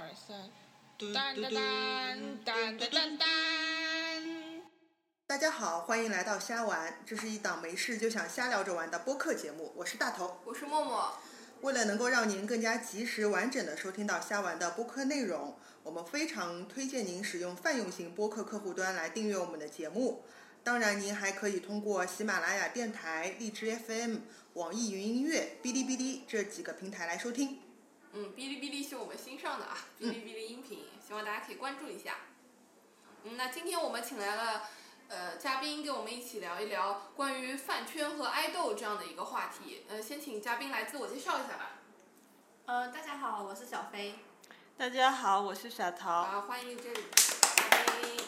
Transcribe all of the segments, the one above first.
3，当当当当当当当。 大家好，欢迎来到瞎玩，这是一档没事就想瞎聊着玩的播客节目，我是大头， 我是默默。 为了能够让您更加及时完整的收听到瞎玩的播客内容，我们非常推荐您使用泛用型播客客户端来订阅我们的节目。当然，您还可以通过喜马拉雅电台、荔枝 FM、网易云音乐、哔哩哔哩这几个平台来收听。 哔哩哔哩是我们新上的啊，哔哩哔哩音频，希望大家可以关注一下。那今天我们请来了嘉宾，跟我们一起聊一聊关于饭圈和爱豆这样的一个话题。先请嘉宾来自我介绍一下吧。 大家好，我是小飞。 大家好，我是小桃。 好，欢迎这里嘉宾。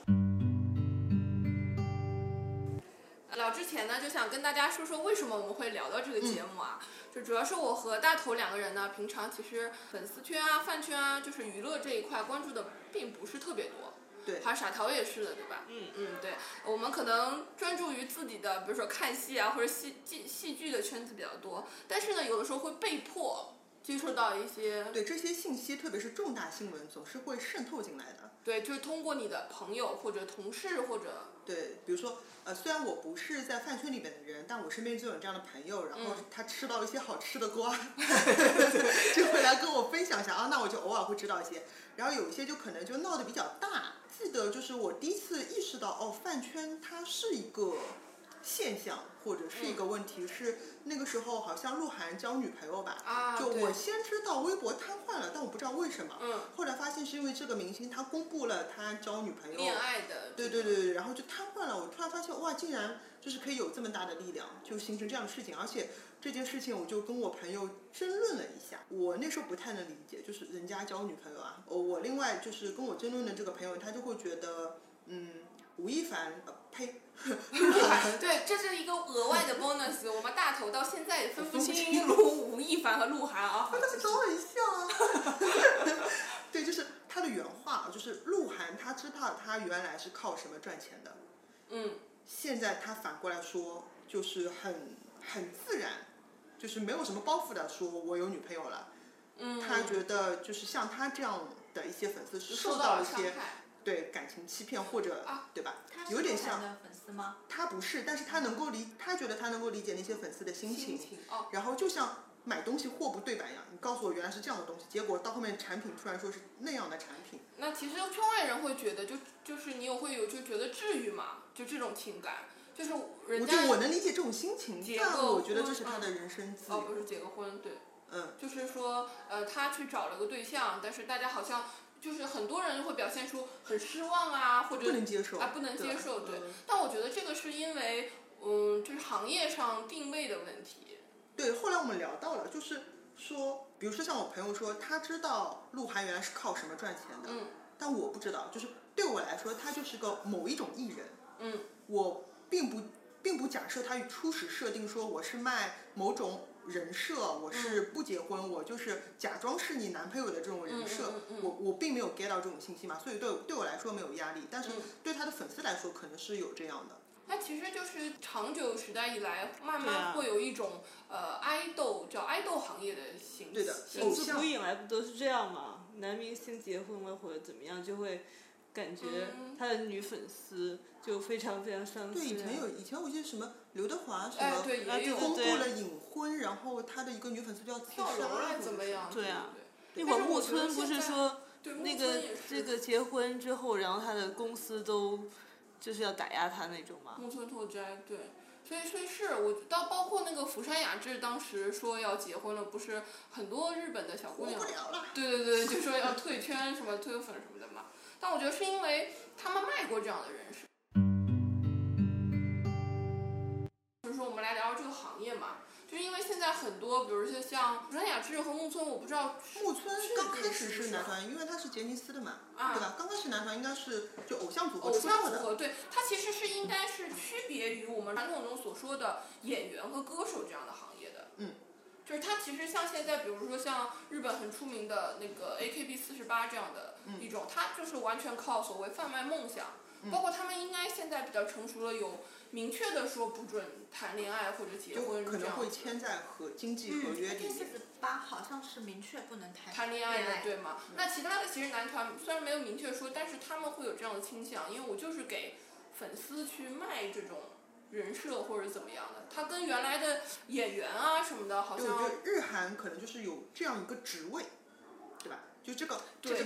聊之前呢，就想跟大家说说为什么我们会聊到这个节目啊。就主要是我和大头两个人呢，平常其实粉丝圈啊、饭圈啊，就是娱乐这一块关注的并不是特别多。 对， 还有傻桃也是的，对吧？对，我们可能专注于自己的，比如说看戏啊，或者戏剧的圈子比较多。但是呢，有的时候会被迫接触到一些对这些信息，特别是重大新闻，总是会渗透进来的。 对，就是通过你的朋友或者同事或者对，比如说虽然我不是在饭圈里面的人，但我身边就有这样的朋友，然后他吃到一些好吃的瓜，就会来跟我分享一下啊，那我就偶尔会知道一些。然后有一些就可能就闹得比较大。记得就是我第一次意识到饭圈它是一个现象或者是一个问题，是那个时候好像鹿晗交女朋友吧，就我先知道微博瘫痪了，但我不知道为什么，后来发现是因为这个明星他公布了他交女朋友恋爱的， 对，然后就瘫痪了。我突然发现哇，竟然就是可以有这么大的力量，就形成这样的事情。而且这件事情我就跟我朋友争论了一下，我那时候不太能理解，就是人家交女朋友啊，我另外就是跟我争论的这个朋友，他就会觉得吴亦凡对，这是一个额外的 bonus。我们大头到现在也分不清吴亦凡和鹿晗啊， 他们长得很像啊。对，就是他的原话，就是鹿晗他知道他原来是靠什么赚钱的，现在他反过来说，就是很自然，就是没有什么包袱的说我有女朋友了。他觉得就是像他这样的一些粉丝是受到一些对感情欺骗或者对吧？有点像的粉丝吗？ 他不是，但是他觉得他能够理解那些粉丝的心情。然后就像买东西货不对版一样，你告诉我原来是这样的东西，结果到后面产品突然说是那样的产品。 那其实圈外人会觉得就是你会有就觉得治愈嘛，就这种情感，就是人家我能理解这种心情，但我觉得这是他的人生自由。 不是结个婚，对，就是说他去找了个对象，但是大家好像就是很多人会表现出很失望啊，或者不能接受不能接受，对。但我觉得这个是因为就是行业上定位的问题。 对，后来我们聊到了，就是说，比如说像我朋友说，他知道鹿晗原来是靠什么赚钱的，但我不知道，就是对我来说，他就是个某一种艺人，我并不假设他初始设定说我是卖某种人设，我是不结婚，我就是假装是你男朋友的这种人设，我并没有 get 到这种信息嘛，所以对我来说没有压力，但是对他的粉丝来说可能是有这样的。 它其实就是长久时代以来，慢慢会有一种爱豆叫爱豆行业的形式。 对的， 自古以来不都是这样吗？男明星结婚了或者怎么样，就会感觉他的女粉丝就非常非常伤心。 对，以前有一些什么刘德华什么公布了隐婚，然后他的一个女粉丝就要跳楼了，怎么样？ 对啊，那会儿木村不是说那个这个结婚之后，然后他的公司都就是要打压他那种嘛。 木村拓哉，对，所以是我到包括那个福山雅治当时说要结婚了，不是很多日本的小姑娘，对，就说要退圈什么退粉什么的嘛。但我觉得是因为他们卖过这样的人设。就是说我们来聊聊这个行业嘛，就是因为现在很多，比如说像福山雅治和木村，我不知道木村刚开始是男团，因为他是杰尼斯的嘛，对吧？刚开始男团应该是就偶像组合出道的， 对，他其实是应该是区别于我们传统中所说的演员和歌手这样的行业的，就是他其实像现在，比如说像日本很出名的那个 AKB48这样的一种，他就是完全靠所谓贩卖梦想，包括他们应该现在比较成熟了，有明确的说不准谈恋爱或者结婚就可能会这样子签在经济合约里面。 AK48好像是明确不能谈恋爱的，对吗？那其他的其实男团虽然没有明确说，但是他们会有这样的倾向，因为我就是给粉丝去卖这种人设或者怎么样的，他跟原来的演员啊什么的，好像。 我觉得日韩可能就是有这样一个职位，对吧？就这个职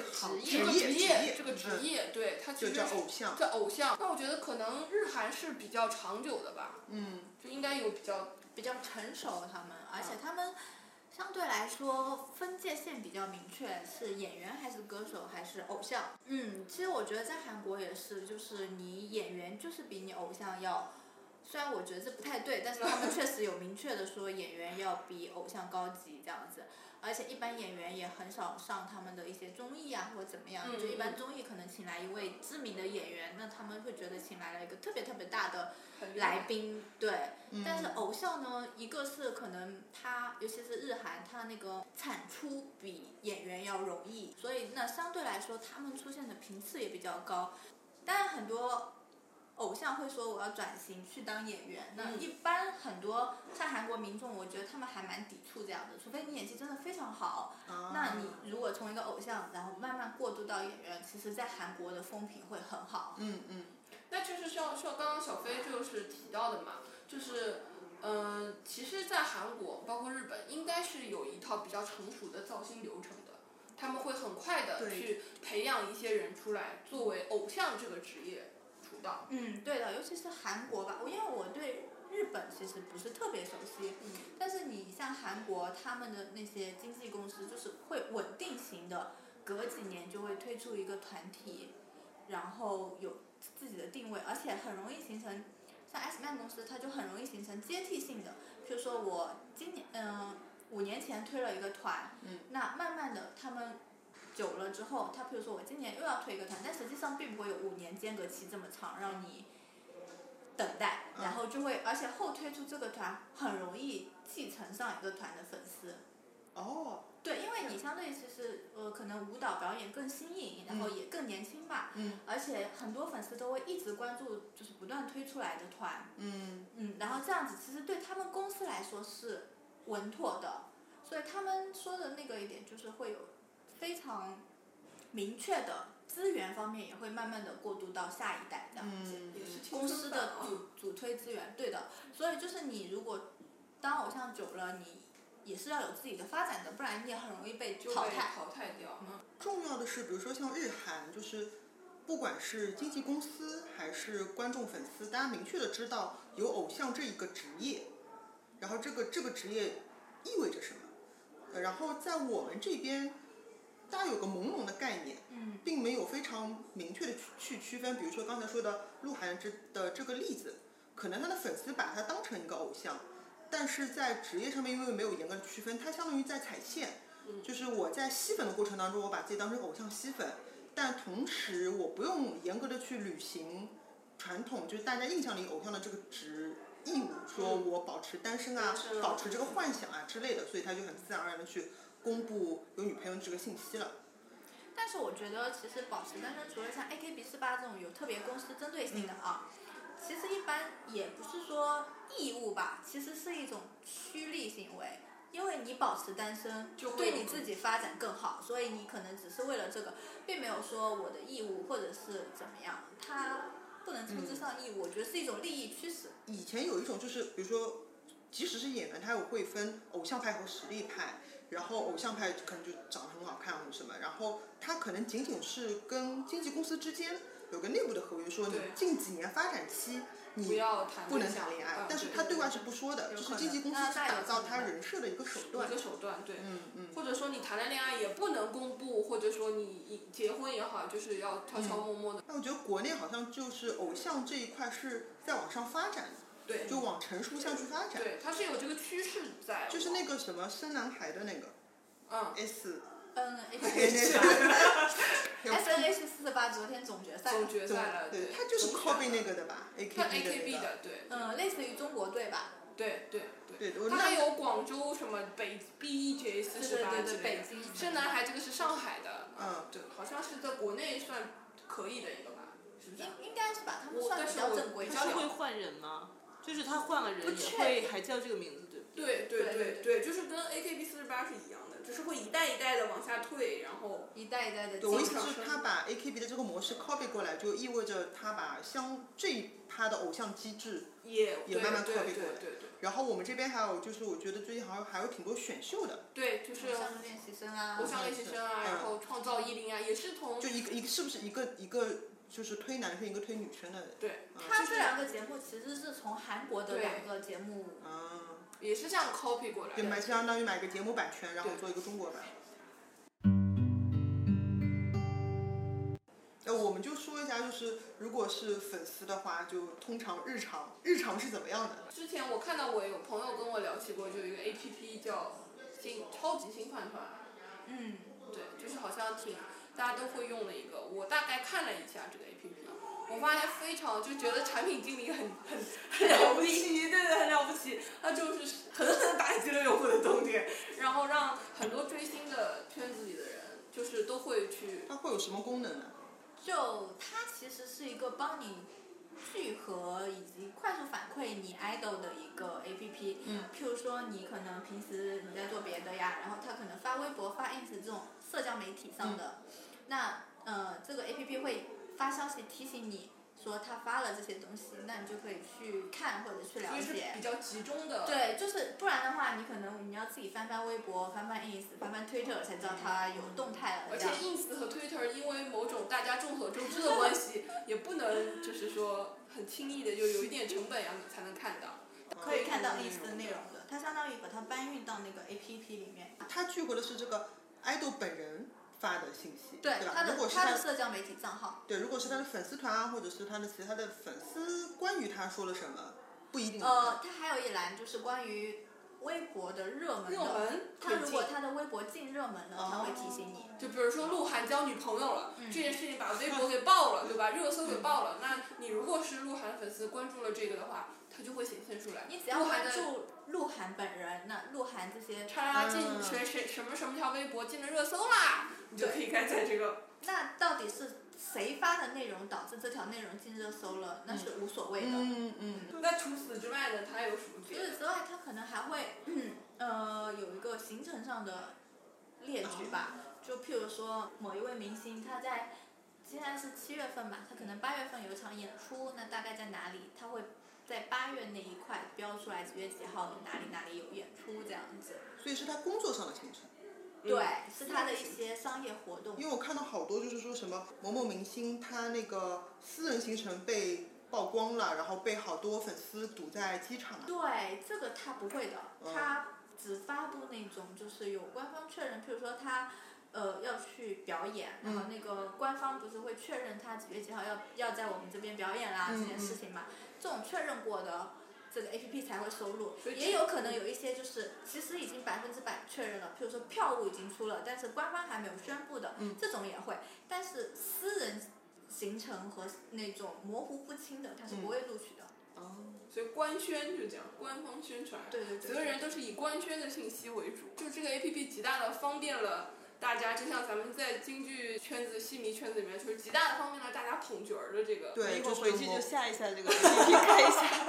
业， 对，他其实就叫偶像。 叫偶像，那我觉得可能日韩是比较长久的吧。就应该有比较成熟他们，而且他们相对来说分界线比较明确，是演员还是歌手还是偶像。其实我觉得在韩国也是，就是你演员就是比你偶像要。虽然我觉得这不太对，但是他们确实有明确的说演员要比偶像高级这样子，而且一般演员也很少上他们的一些综艺啊或者怎么样，就一般综艺可能请来一位知名的演员，那他们会觉得请来了一个特别特别大的来宾，对。但是偶像呢，一个是可能他，尤其是日韩，他那个产出比演员要容易，所以那相对来说他们出现的频次也比较高。当然很多偶像会说我要转型去当演员，那一般很多像韩国民众，我觉得他们还蛮抵触这样的，除非你演技真的非常好。那你如果从一个偶像，然后慢慢过渡到演员，其实在韩国的风评会很好。 那就是像刚刚小飞就是提到的嘛，就是其实，在韩国包括日本，应该是有一套比较成熟的造星流程的，他们会很快的去培养一些人出来作为偶像这个职业。 对的，尤其是韩国吧，因为我对日本其实不是特别熟悉，但是你像韩国他们的那些经纪公司就是会稳定型的，隔几年就会推出一个团体，然后有自己的定位，而且很容易形成，像 S-MAN 公司它就很容易形成接替性的，比如说我今年5年前推了一个团，那慢慢的他们久了之后，他比如说我今年又要推一个团，但实际上并不会有5年间隔期这么长让你等待，然后就会，而且后推出这个团很容易继承上一个团的粉丝。对，因为你相对其实可能舞蹈表演更新颖，然后也更年轻吧，而且很多粉丝都会一直关注就是不断推出来的团，然后这样子其实对他们公司来说是稳妥的，所以他们说的那个一点就是会有非常明确的资源方面也会慢慢的过渡到下一代这样子，公司的主推资源，对的，所以就是你如果当偶像久了，你也是要有自己的发展的，不然你也很容易被淘汰掉。 重要的是，比如说像日韩，就是不管是经纪公司还是观众粉丝，大家明确的知道有偶像这一个职业，然后这个职业意味着什么，然后在我们这边，大家有个朦胧的概念，并没有非常明确的去区分。比如说刚才说的鹿晗的这个例子，可能他的粉丝把他当成一个偶像，但是在职业上面因为没有严格的区分，他相当于在踩线，就是我在吸粉的过程当中，我把自己当成偶像吸粉，但同时我不用严格的去履行传统就是大家印象里偶像的这个义务，说我保持单身啊，保持这个幻想啊之类的，所以他就很自然而然的去公布有女朋友这个信息了。 但是我觉得其实保持单身，除了像 AKB48这种有特别公司针对性的其实一般也不是说义务吧，其实是一种趋利行为，因为你保持单身对你自己发展更好，所以你可能只是为了这个，并没有说我的义务或者是怎么样，它不能称之上义务，我觉得是一种利益驱使。 以前有一种就是比如说即使是演员，他也会分偶像派和实力派，然后偶像派可能就长得很好看或者什么，然后他可能仅仅是跟经纪公司之间有个内部的合约，说你近几年发展期你不能谈恋爱，但是他对外是不说的，就是经纪公司是打造他人设的一个手段。 对，或者说你谈了恋爱也不能公布，或者说你结婚也好，就是要悄悄摸摸的。 那我觉得国内好像就是偶像这一块是在往上发展的。 对， 就往成熟向去发展。 对，它是有这个趋势在。 就是那个什么生男孩的那个 SNS48 昨天总决赛了， 对，他就是 copy 那个的吧 ？AKB 的， 对。类似于中国队吧。 对。 他还有广州什么BEJ48之类的。 北京。 生男孩这个是上海的。对，好像是在国内算可以的一个吧。 是不是？ 应该是吧，他们算比较正规的。 他是会换人吗？就是他换了人也会还叫这个名字，对不对？对，就是跟 AKB48是一样的，就是会一代一代的往下退，然后一代一代的。 对，我意思是他把 AKB 的这个模式 copy 过来，就意味着他把这一趴的偶像机制也慢慢 copy 过来。 对。 然后我们这边还有就是，我觉得最近好像还有挺多选秀的。 对，就是偶像练习生啊， 偶像练习生啊，然后创造108啊，也是从就一个是不是一个就是推男生一个推女生的？ 对。 他这两个节目其实是从韩国的两个节目。 也是这样 copy 过来的。 对，相当于买个节目版权，然后做一个中国版。我们就说一下，就是如果是粉丝的话，就通常日常是怎么样的？ 之前我看到我有朋友跟我聊起过，就有一个 APP 叫超级星饭团。对，就是好像大家都会用的一个。我大概看了一下这个 APP， 我发现非常就觉得产品经理很了不起，对，很了不起。他就是狠狠打击了用户的痛点，然后让很多追星的圈子里的人，就是都会去。 它会有什么功能呢？ 就它其实是一个帮你聚合以及快速反馈你 idol 的一个 APP。譬如说你可能平时你在做别的呀，然后他可能发微博、发 ins 这种社交媒体上的，那这个 APP 会发消息提醒你说他发了这些东西，那你就可以去看或者去了解。 所以是比较集中的。 对，就是不然的话，你可能你要自己翻翻微博、翻翻 ins、翻翻 Twitter 才知道它有动态了。 而且 ins 和 Twitter 因为某种大家众所周知的关系，也不能就是说很轻易的就有一点成本呀，你才能看到。 可以看到 ins 的内容的，它相当于把它搬运到那个 APP 里面。 它聚合的是这个 idol 本人发的信息， 对吧？如果是他的社交媒体账号。 对，如果是他的粉丝团啊，或者是他的其他的粉丝关于他说了什么，不一定。 它还有一栏就是关于微博的热门的。他如果他的微博进热门了，他会提醒你。 就比如说鹿晗交女朋友了，这件事情把微博给爆了，对吧？热搜给爆了，那你如果是鹿晗粉丝关注了这个的话，它就会显现出来。 你只要关注鹿晗本人，那鹿晗这些进什么条微博进了热搜啦，你就可以看在这个。 那到底是谁发的内容导致这条内容进热搜了，那是无所谓的。 那除此之外呢，它还有什么？ 除此之外，它可能还会有一个行程上的列举吧。就譬如说某一位明星，他在现在是7月份吧，他可能8月份有一场演出，那大概在哪里？他会在8月那一块标出来几月几号哪里有演出这样子。 所以是他工作上的行程。 对，是他的一些商业活动。 因为我看到好多就是说什么某某明星他那个私人行程被曝光了，然后被好多粉丝堵在机场。 对，这个他不会的，他只发布那种就是有官方确认，譬如说他要去表演，然后那个官方不是会确认他几月几号要在我们这边表演啦这件事情嘛，这种确认过的。这个 APP 才会收录，也有可能有一些就是其实已经100%确认了，譬如说票务已经出了，但是官方还没有宣布的，这种也会。但是私人行程和那种模糊不清的，它是不会录取的。 所以官宣就这样，官方宣传， 对， 所有人都是以官宣的信息为主。就这个 APP 极大的方便了大家，就像咱们在京剧圈子、戏迷圈子里面，就是极大的方便了大家捧角儿的这个。 对， 一会儿回去就下一下这个 APP 看一下。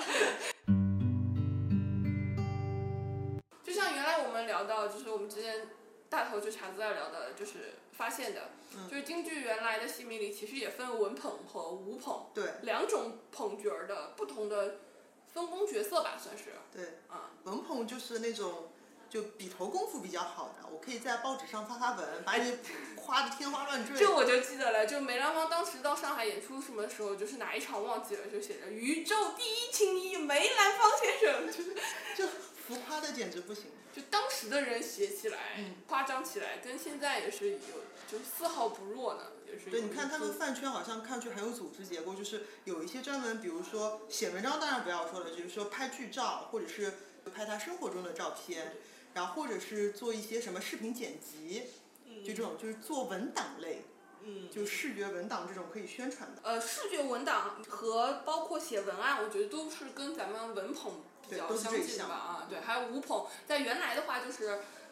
就像原来我们聊到，就是我们之前大头就查资料聊的，就是发现的，就是京剧原来的戏迷里其实也分文捧和武捧， 对， 两种捧角儿的不同的分工角色吧，算是。 对，文捧就是那种就笔头功夫比较好的，我可以在报纸上发文，把你夸得天花乱坠。 这我就记得了，就梅兰芳当时到上海演出什么时候，就是哪一场忘记了，就写着宇宙第一青衣梅兰芳先生， 就浮夸的简直不行。 就当时的人写起来，夸张起来，跟现在也是就丝毫不弱呢，也是。 对，你看他们饭圈好像看去很有组织结构，就是有一些专门，比如说写文章，当然不要说了，就是说拍剧照，或者是拍他生活中的照片，然后或者是做一些什么视频剪辑，就这种就是做文档类。就视觉文档这种可以宣传的。 视觉文档和包括写文案，我觉得都是跟咱们文捧比较相近的吧。对，还有武捧，在原来的话就是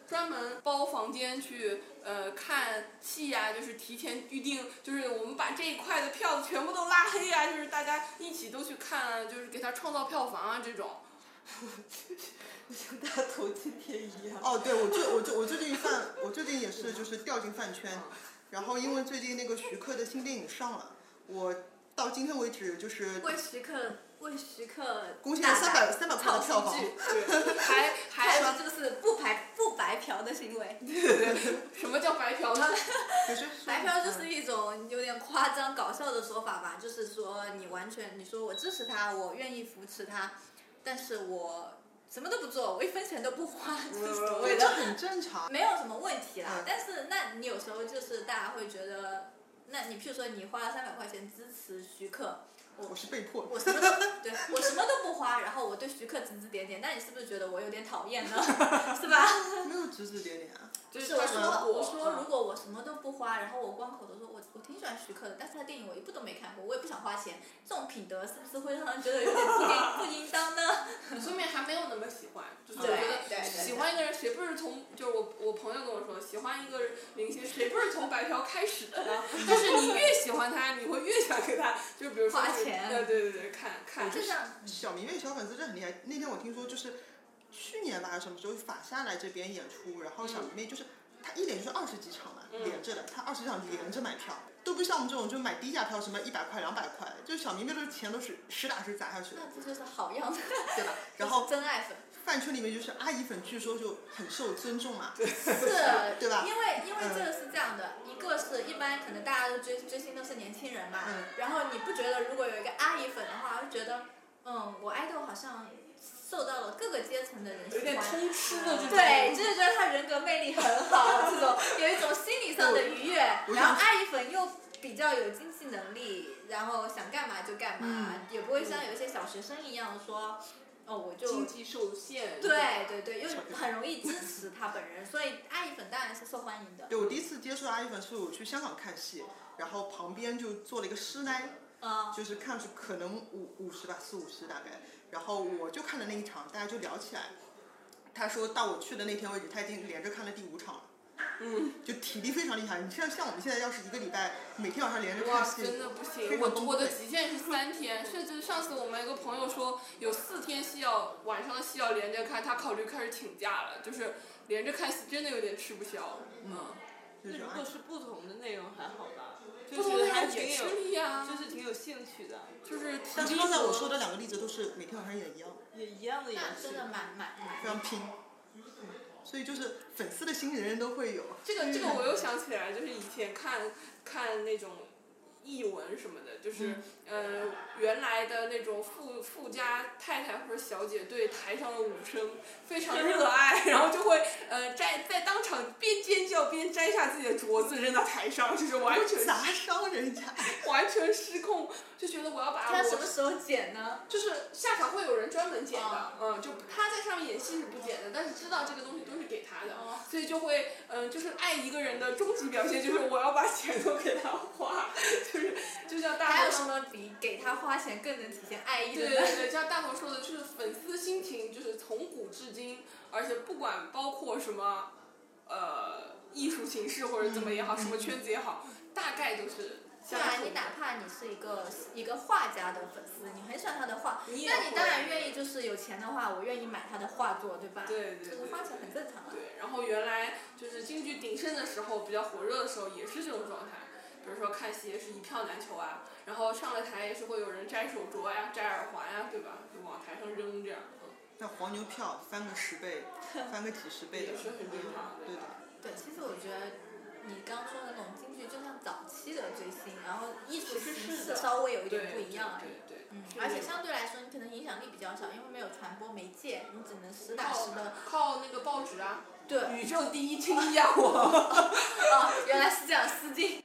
专门包房间去看戏呀，就是提前预定，就是我们把这一块的票子全部都拉黑啊，就是大家一起都去看啊，就是给他创造票房啊这种。 像大头今天一样。 哦，对，我最近也是就是掉进饭圈，然后因为最近那个徐克的新电影上了，我到今天为止就是为徐克贡献了300块的票房， 对，还说这是不白嫖的行为。 对，什么叫白嫖呢？ 白嫖就是一种有点夸张搞笑的说法吧，就是说你说我支持他，我愿意扶持他，但是我什么都不做，我1分钱都不花，这所谓的很正常， 没有什么问题啦。但是那你有时候就是大家会觉得，那你譬如说你花了300块钱支持徐克。 我是被迫的。 我什么都不花，然后我对徐克指指点点，那你是不是觉得我有点讨厌呢？是吧？ 没有指指点点啊。 就是我说如果我什么都不花，然后我光口头说我挺喜欢徐克的，但是他电影我一部都没看过，我也不想花钱，这种品德是不是会让人觉得有点不应当呢？ 说明还没有那么喜欢，就是我觉得喜欢一个人，谁不是从就是我朋友跟我说，喜欢一个明星，谁不是从白嫖开始的呢？就是你越喜欢他，你会越想给他，就比如说花钱， 对，看。 就像小明月小粉丝真的很厉害，那天我听说就是去年吧，什么时候法夏来这边演出，然后小迷妹就是他一连就是20几场嘛，连着的，他20场连着买票，都不像我们这种就买低价票，什么100块、200块，就是小迷妹的钱都是实打实砸下去的。 那这就是好样的， 对吧？然后真爱粉。 饭圈里面就是阿姨粉，据说就很受尊重嘛， 是， 对吧？ 因为这个是这样的，一个是一般可能大家都追星都是年轻人嘛，然后你不觉得如果有一个阿姨粉的话，就觉得我爱豆好像受到了各个阶层的人喜欢， 有点通吃的这种， 对，就是觉得他人格魅力很好，这种有一种心理上的愉悦，然后阿姨粉又比较有经济能力，然后想干嘛就干嘛，也不会像有一些小学生一样说。我就经济受限， 对，又很容易支持他本人，所以阿姨粉当然是受欢迎的。 对，我第一次接触阿姨粉是我去香港看戏，然后旁边就做了一个师奶，就是看上去可能50吧，40-50大概，然后我就看了那一场，大家就聊起来，他说到我去的那天为止，他已经连着看了第5场了。就体力非常厉害。你像我们现在要是1个礼拜每天晚上连着看戏， 真的不行。我的极限是3天，甚至上次我们有个朋友说有4天晚上的戏要连着看，他考虑开始请假了，就是连着看戏真的有点吃不消。 那如果是不同的内容还好吧， 不同的内容也吃力呀， 就是挺有兴趣的。 就是但是刚才我说的2个例子都是每天晚上演一样， 也一样的演那真的蛮非常拼。所以就是粉丝的心人人都会有。 这个我又想起来，就是以前看那种译文什么的，就是原来的那种富家太太或者小姐对台上的武生非常热爱，然后就会在当场边尖叫边摘下自己的镯子扔到台上，就是完全砸伤人家， 完全失控，就觉得我要把他什么时候剪呢？ 就是下场会有人专门剪的，就他在上面演戏是不剪的，但是知道这个东西都是给他的，所以就会就是爱一个人的终极表现就是我要把钱都给他花，就像大头。 还有什么比给他花钱更能体现爱意的？ 对，像大头说的，就是粉丝心情，就是从古至今，而且不管包括什么艺术形式或者怎么也好，什么圈子也好，大概都是。 对啊，你哪怕你是一个画家的粉丝，你很喜欢他的画，那你当然愿意，就是有钱的话，我愿意买他的画作，对吧？ 对， 就是花钱很正常的。 对，然后原来就是京剧鼎盛的时候，比较火热的时候，也是这种状态。比如说看戏也是一票难求啊，然后上了台也是会有人摘手镯呀、摘耳环呀，对吧？就往台上扔这样。 那黄牛票翻个10倍，翻个几十倍的， 也是很正常的。 对的。 对，其实我觉得你刚说的那种京剧，就像早期的追星，然后艺术形式稍微有一点不一样而已。 对。 而且相对来说，你可能影响力比较小，因为没有传播媒介，你只能实打实的靠那个报纸啊。 对。 宇宙第一青衣啊！我。 原来是这样，司机。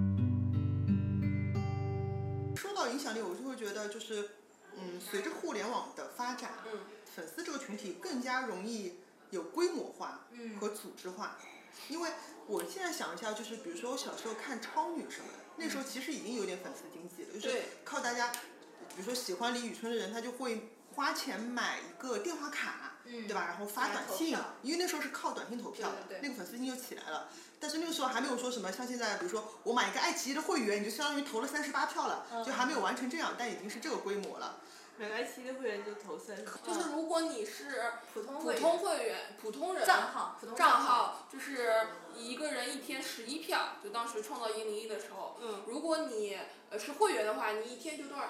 说到影响力，我就会觉得就是，随着互联网的发展，粉丝这个群体更加容易有规模化和组织化。因为我现在想一下，就是比如说我小时候看超女什么的，那时候其实已经有点粉丝经济了，就是靠大家，比如说喜欢李宇春的人，他就会花钱买一个电话卡， 对吧？然后发短信，因为那时候是靠短信投票的，那个粉丝经就起来了。但是那个时候还没有说什么像现在，比如说我买一个爱奇艺的会员，你就相当于投了38票了，就还没有完成这样，但已经是这个规模了。 买个爱奇艺的会员就投30。 就是如果你是普通会员、普通人账号，就是一个人一天11票，就当时创造101的时候，如果你是会员的话，你一天就多少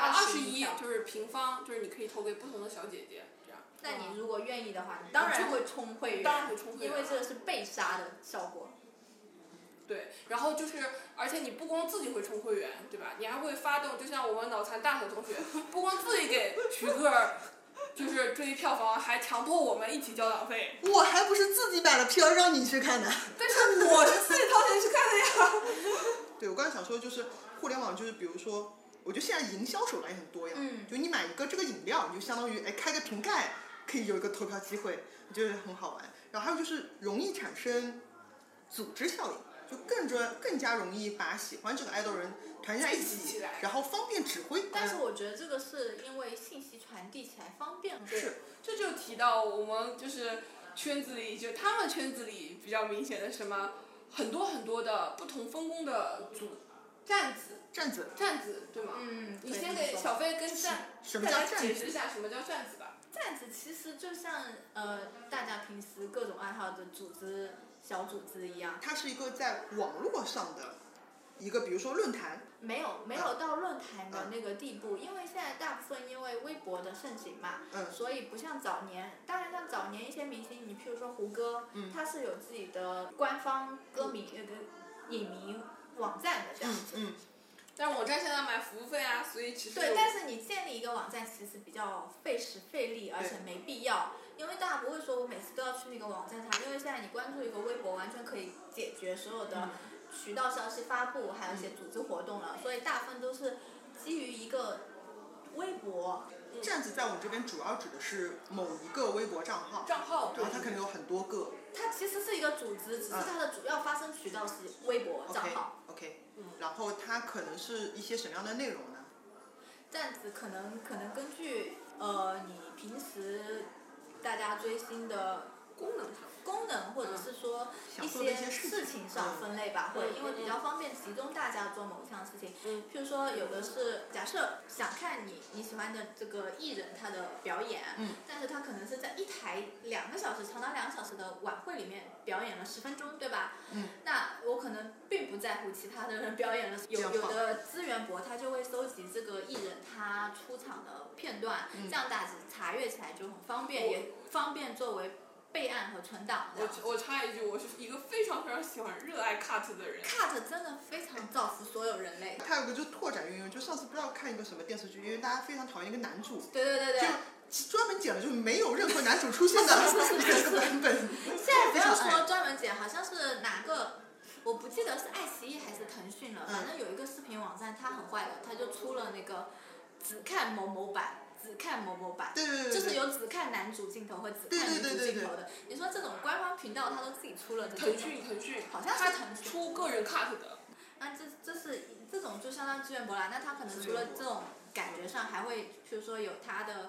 ？121，就是平方，就是你可以投给不同的小姐姐。 那你如果愿意的话，你当然会充会员， 当然会充会员， 因为这个是被杀的效果。 对，然后就是，而且你不光自己会充会员，对吧？你还会发动，就像我们脑残大头同学，不光自己给徐克就是追票房，还强迫我们一起交党费。 我还不是自己买了票让你去看的。 但是我是自己掏钱去看的呀。 对，我刚才想说就是互联网，就是比如说，我觉得现在营销手段也很多呀。就你买一个这个饮料，你就相当于开个瓶盖，可以有一个投票机会，我觉得很好玩。然后还有就是容易产生组织效应。就更加容易把喜欢这个爱豆人团在一起，然后方便指挥。 但是我觉得这个是因为信息传递起来方便。 是， 这就提到我们就是圈子里，就他们圈子里比较明显的什么，很多的不同分工的站子，对吗？你先给小飞跟再来解释一下什么叫站子吧。 站子其实就像大家平时各种爱好的组织。小组织一样， 它是一个在网络上的一个，比如说论坛。 没有到论坛的那个地步，因为现在大部分因为微博的盛行嘛，所以不像早年，当然像早年一些明星，你譬如说胡歌，他是有自己的官方歌迷影迷网站的这样子。 但网站现在买服务费啊，所以其实对，但是你建立一个网站其实比较费时费力，而且没必要。因为大家不会说我每次都要去那个网站上，因为现在你关注一个微博完全可以解决所有的渠道消息发布，还有一些组织活动了，所以大部分都是基于一个微博。 站子在我们这边主要指的是某一个微博账号，然后它可能有很多个。 它其实是一个组织，只是它的主要发声渠道是微博账号。 OK， 然后它可能是一些什么样的内容呢？ 站子可能根据你平时大家追星的功能，或者是说一些事情上分类吧，会因为比较方便集中大家做某一项事情。譬如说有的是假设想看你喜欢的这个艺人他的表演，但是他可能是在一台2个小时长达2个小时的晚会里面表演了10分钟，对吧？那我可能并不在乎其他的人表演了，有的资源博他就会搜集这个艺人他出场的片段，这样大家查阅起来就很方便，也方便作为备案和存档。 我插一句，我是一个非常喜欢热爱 cut 的人。 cut 真的非常造福所有人类。 它有个就拓展运用，就上次不知道看一个什么电视剧，因为大家非常讨厌一个男主。 对。 就专门剪了，就是没有任何男主出现的一个版本。 现在不要说专门剪，好像是哪个，我不记得是爱奇艺还是腾讯了，反正有一个视频网站，它很坏的，它就出了那个只看某某版。只看某某版， 对， 就是有只看男主镜头和只看女主镜头的。你说这种官方频道，他都自己出了这种。 腾讯， 好像是腾讯出个人 cut 的。 那这种就相当于资源博览，那他可能除了这种感觉上，还会比如说有他的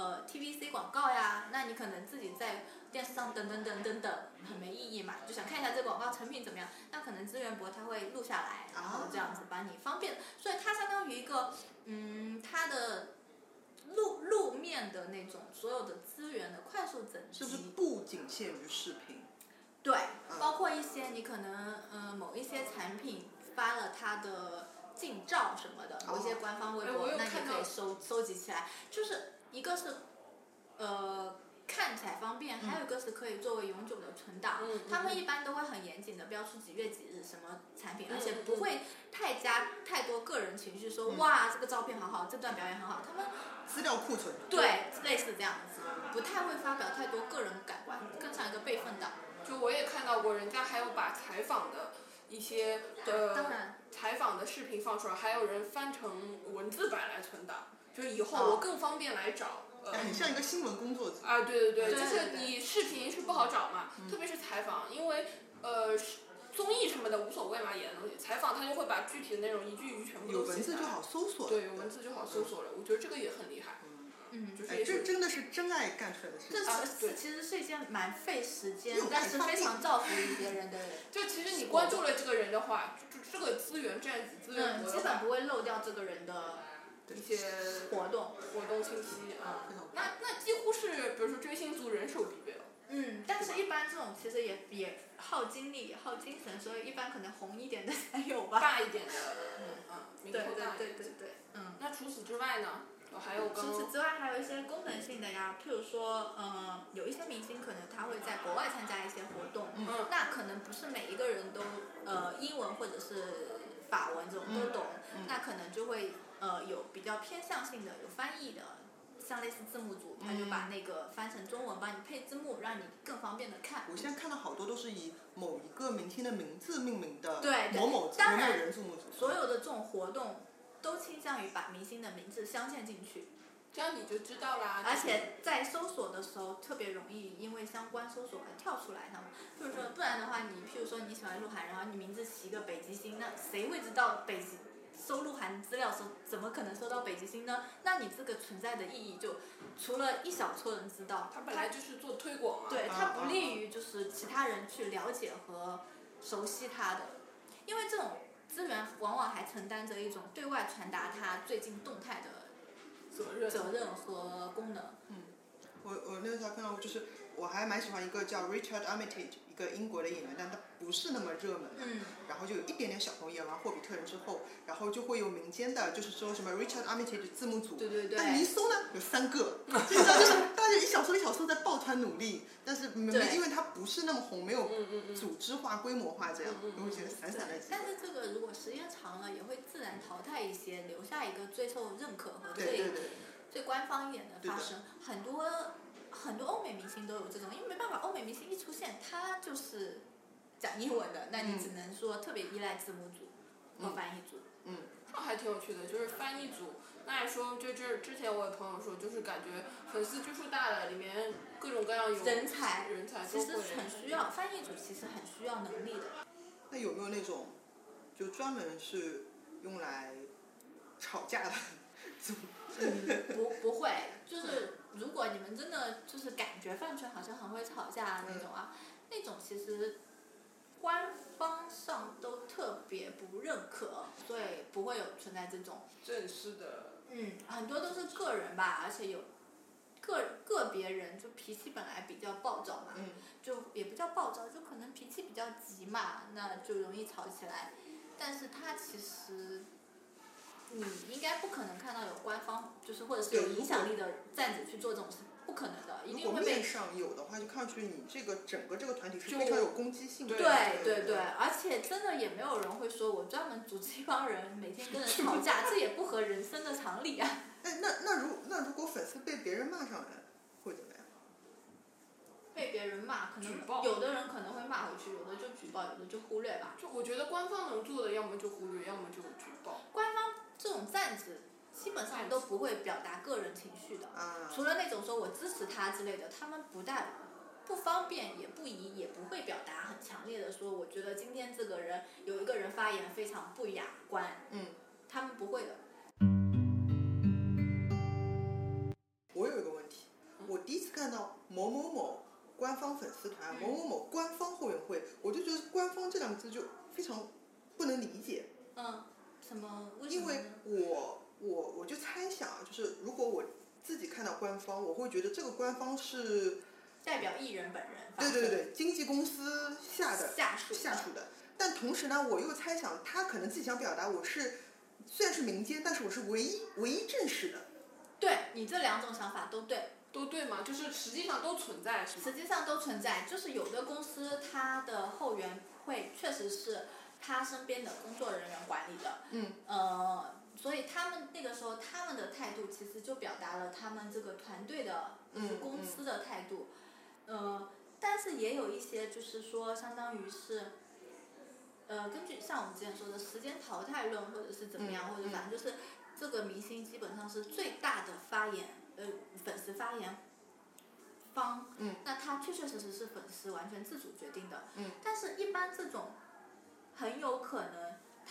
TVC 广告呀，那你可能自己在电视上等，很没意义嘛，就想看一下这广告成品怎么样，那可能资源博他会录下来，然后这样子把你方便，所以它相当于一个它的。路面的那种所有的资源的快速整集， 是不是不仅限于视频？ 对，包括一些你可能某一些产品发了它的近照什么的，某一些官方微博，那你可以收集起来。就是一个是看起来方便，还有一个是可以作为永久的存档。他们一般都会很严谨的标出几月几日什么产品，而且不会加太多个人情绪，说哇这个照片好好，这段表演很好，他们。 资料库存。 对，类似这样子，不太会发表太多个人感官，更像一个备份档。 就我也看到过，人家还有把采访的一些采访的视频放出来，还有人翻成文字版来存档，就是以后我更方便来找。 很像一个新闻工作者。 对，就是你视频是不好找嘛，特别是采访，因为综艺什么的无所谓嘛，演的东西。采访他就会把具体的内容一句一句全部都写下来。 有文字就好搜索。 对，有文字就好搜索了。我觉得这个也很厉害。 哎， 就是也是这真的是真爱干出来的事情。 对其实是一件蛮费时间有， 但是非常造福于别人的。 就其实你关注了这个人的话，就这个资源这样子资源多的话， 基本不会漏掉这个人的一些活动信息啊。 非常那几乎是比如说追星族人手必备了。 但是一般这种其实也耗精力、耗精神，所以一般可能红一点的才有吧。 大一点的，名对头大一点。 对， 那除此之外呢？还有除此之外还有一些功能性的呀，譬如说，有一些明星可能他会在国外参加一些活动，那可能不是每一个人都英文或者是法文这种都懂，那可能就会有比较偏向性的有翻译的。像类似字幕组，他就把那个翻成中文，帮你配字幕，让你更方便的看。 我现在看到好多都是以某一个明星的名字命名的， 对， 某某人字幕组。 所有的这种活动都倾向于把明星的名字镶嵌进去， 这样你就知道啦。 而且在搜索的时候特别容易因为相关搜索而跳出来，他们就是说，不然的话，譬如说你喜欢鹿晗，然后你名字起一个北极星，那谁会知道北极？搜鹿晗资料时怎么可能搜到北极星呢？那你这个存在的意义就除了一小撮人知道， 它本来就是做推广嘛。 对，它不利于就是其他人去了解和熟悉它的，因为这种资源往往还承担着一种对外传达它最近动态的责任和功能。 我那时候看到就是我还蛮喜欢一个叫 Richard Armitage， 一个英国的演员，但他不是那么热门的。然后就有一点点小红，演完《霍比特人》之后，然后就会有民间的，就是说什么 Richard Armitage 字幕组。 对。 但你一搜呢，有3个，你知道，就是大家一小撮在抱团努力，但是因为他不是那么红，没有组织化、规模化这样，我会觉得散散的。 但是这个如果时间长了，也会自然淘汰一些，留下一个最受认可和最官方一点的发声。很多欧美明星都有这种，因为没办法，欧美明星一出现，他就是讲英文的，那你只能说特别依赖字幕组和翻译组。 这还挺有趣的，就是翻译组。那也说，就这之前我有朋友说，就是感觉粉丝基数大的，里面各种各样有人才其实很需要，翻译组其实很需要能力的。 那有没有那种就专门是用来吵架的组？ 不会，就是如果你们真的就是感觉饭圈好像很会吵架那种啊，那种其实官方上都特别不认可，所以不会有存在这种正式的。 很多都是个人吧，而且有个别人就脾气本来比较暴躁嘛，就也不叫暴躁，就可能脾气比较急嘛，那就容易吵起来。但是他其实你应该不可能看到有官方就是或者是有影响力的站子去做这种事，不可能的，一定会被。 如果面上有的话，就看上去你整个这个团体是非常有攻击性的。 对，而且真的也没有人会说我专门组织一帮人每天跟人吵架，这也不合人生的常理啊。 哎，那如果粉丝被别人骂上来，会怎么样？ 被别人骂，可能有的人可能会骂回去，有的就举报，有的就忽略吧。 就我觉得官方能做的，要么就忽略，要么就举报。 官方这种站子基本上都不会表达个人情绪的，除了那种说我支持他之类的，他们不方便也不宜也不会表达很强烈的说，我觉得今天这个人有一个人发言非常不雅观，他们不会的。 我有一个问题，我第一次看到某某某官方粉丝团、某某某官方后援会，我就觉得官方这2个字就非常不能理解。 什么？ 因为我就猜想啊，就是如果我自己看到官方，我会觉得这个官方是代表艺人本人。 对，经纪公司下属的。但同时呢，我又猜想他可能自己想表达，我是虽然是民间，但是我是唯一正式的。 对，你这2种想法都对。 都对吗？就是实际上都存在，是吗？ 实际上都存在，就是有的公司它的后援会确实是他身边的工作人员管理的。所以他们那个时候他们的态度其实就表达了他们这个团队的就是公司的态度。但是也有一些就是说相当于是根据像我们之前说的时间淘汰论或者是怎么样，或者反正就是这个明星基本上是最大的粉丝发言方，那他确确实实是粉丝完全自主决定的。但是一般这种很有可能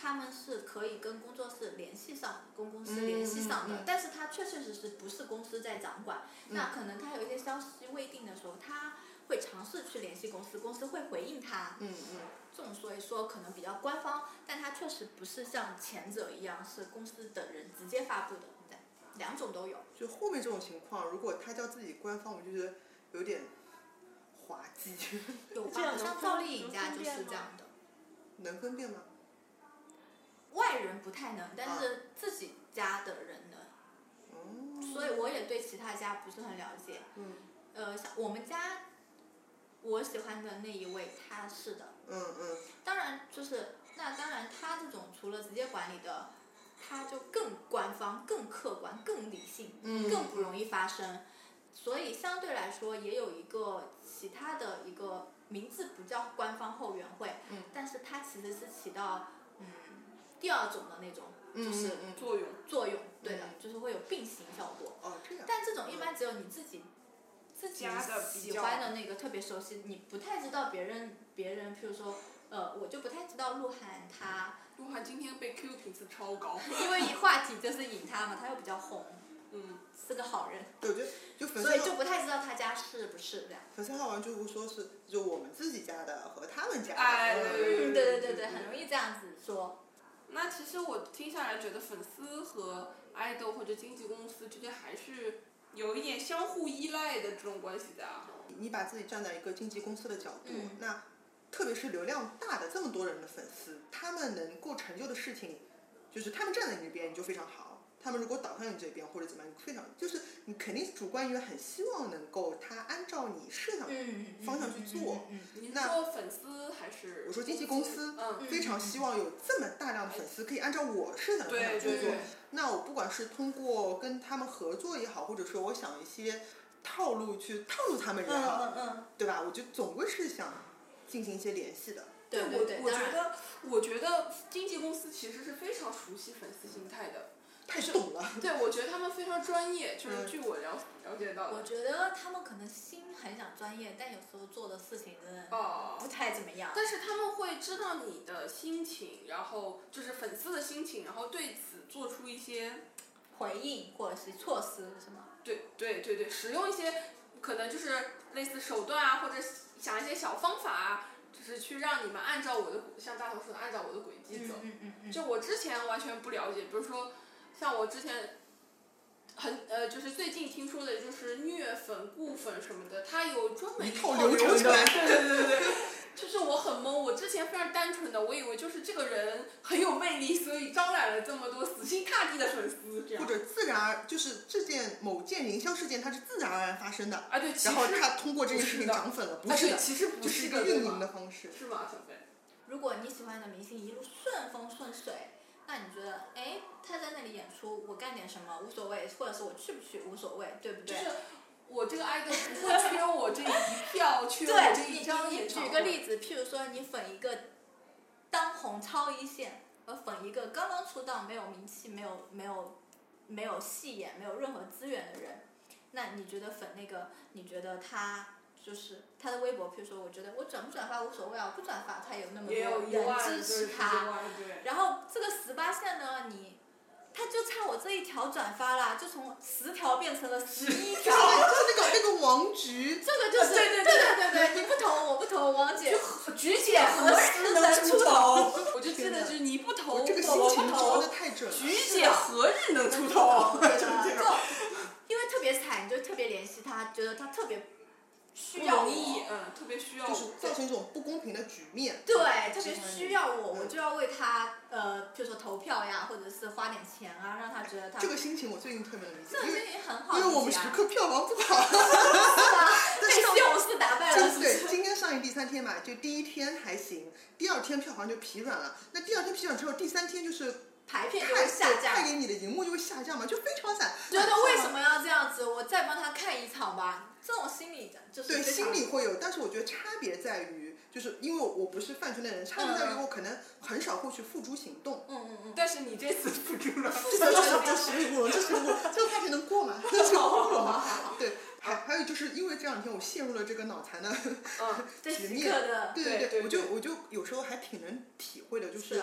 他们是可以跟工作室联系上，跟公司联系上的，但是他确实不是公司在掌管。那可能他有一些消息未定的时候，他会尝试去联系公司，公司会回应他。这种所以说可能比较官方，但它确实不是像前者一样是公司的人直接发布的，对，两种都有。 就后面这种情况，如果他叫自己官方，我就觉得有点滑稽。 有吧？像赵丽颖家就是这样的。 能分辨吗？ 外人不太能，但是自己家的人能。所以我也对其他家不是很了解。像我们家，我喜欢的那一位他是的。当然当然他这种除了直接管理的，他就更官方、更客观、更理性，更不容易发生。所以相对来说也有一个其他的一个名字不叫官方后援会，但是它其实是起到第二种的那种就是作用，对的，就是会有并行效果。 这样。 但这种一般只有你自己喜欢的那个特别熟悉，你不太知道别人，譬如说我就不太知道鹿晗他。 鹿晗今天被 Q 频次超高。 因为一话题就是引他嘛，他又比较红。是个好人。 对，就粉丝。 所以就不太知道他家是不是这样。 粉丝号完就会说是就我们自己家的和他们家的。 对，很容易这样子说。 那其实我听下来觉得粉丝和爱豆或者经纪公司之间还是有一点相互依赖的这种关系的。 你把自己站在一个经纪公司的角度，那特别是流量大的这么多人的粉丝，他们能够成就的事情，就是他们站在你那边你就非常好。他们如果倒向你这边或者怎么样，你非常就是你肯定主观意愿很希望能够他按照你设想的方向去做。 你是说粉丝还是？ 我说经纪公司非常希望有这么大量的粉丝可以按照我设想的方向去做。那我不管是通过跟他们合作也好，或者说我想一些套路去套路他们也好，对吧？我就总归是想进行一些联系的。 对， 我觉得经纪公司其实是非常熟悉粉丝心态的。 太懂了。 对，我觉得他们非常专业，就是据我了解到的。 我觉得他们可能心很想专业，但有时候做的事情真的不太怎么样。 但是他们会知道你的心情，然后就是粉丝的心情，然后对此做出一些回应或者是措施，是吗？ 对，使用一些可能就是类似手段啊，或者想一些小方法啊。就是去让你们按照我的，像大头说的，按照我的轨迹走。就我之前完全不了解，比如说，像我之前就是最近听说的，就是虐粉、固粉什么的，它有专门一套流程的。对。就是我很懵，我之前非常单纯的，我以为就是这个人很有魅力，所以招揽了这么多死心塌地的粉丝，这样。 或者自然而就是某件营销事件，它是自然而然发生的。 对。 然后他通过这件事情涨粉了，不是的。 其实不是一个运营的方式。 是吗，小飞？ 如果你喜欢的明星一路顺风顺水，那你觉得，他在那里演出，我干点什么无所谓，或者是我去不去无所谓，对不对？ 就是我这个爱豆不会缺我这一票，缺我这一张演唱会。 举个例子，譬如说你粉一个当红超一线，粉一个刚刚出道没有名气、没有戏演、没有任何资源的人，那你觉得粉那个，你觉得他就是他的微博，譬如说，我觉得我转不转发无所谓啊，我不转发他有那么多人支持他，然后这个18线呢，他就差我这一条转发啦，就从10条变成了11条。 就是那个王菊。 这个就是对，你不投我不投，王姐菊姐何日能出头？ 我就记得就是你不投我这个心情抓得太准了。 菊姐何日能出头？ 因为特别惨，就特别联系他，觉得他特别需要我，特别需要我， 就是造成一种不公平的局面。 对，特别需要我就要为他比如说投票呀，或者是花点钱啊，让他觉得他。 这个心情我最近特别能理解， 这个心情很好， 因为我们时刻票房不好。 是吧？被西红柿打败了。 对，今天上映第3天嘛，就第1天还行，第2天票房就疲软了。那第2天疲软之后，第3天就是排片就会下降， 派给你的荧幕就会下降嘛，就非常惨。 觉得为什么要这样子？我再帮他看一场吧。这种心理就是对，心理会有，但是我觉得差别在于，就是因为我不是饭圈的人，差别在于我可能很少会去付诸行动。 但是你这次付诸了。 这实力不容，这个话题能过吗？这个不容。对，还有就是因为这2天我陷入了这个脑残的局面。对，我就有时候还挺能体会的，就是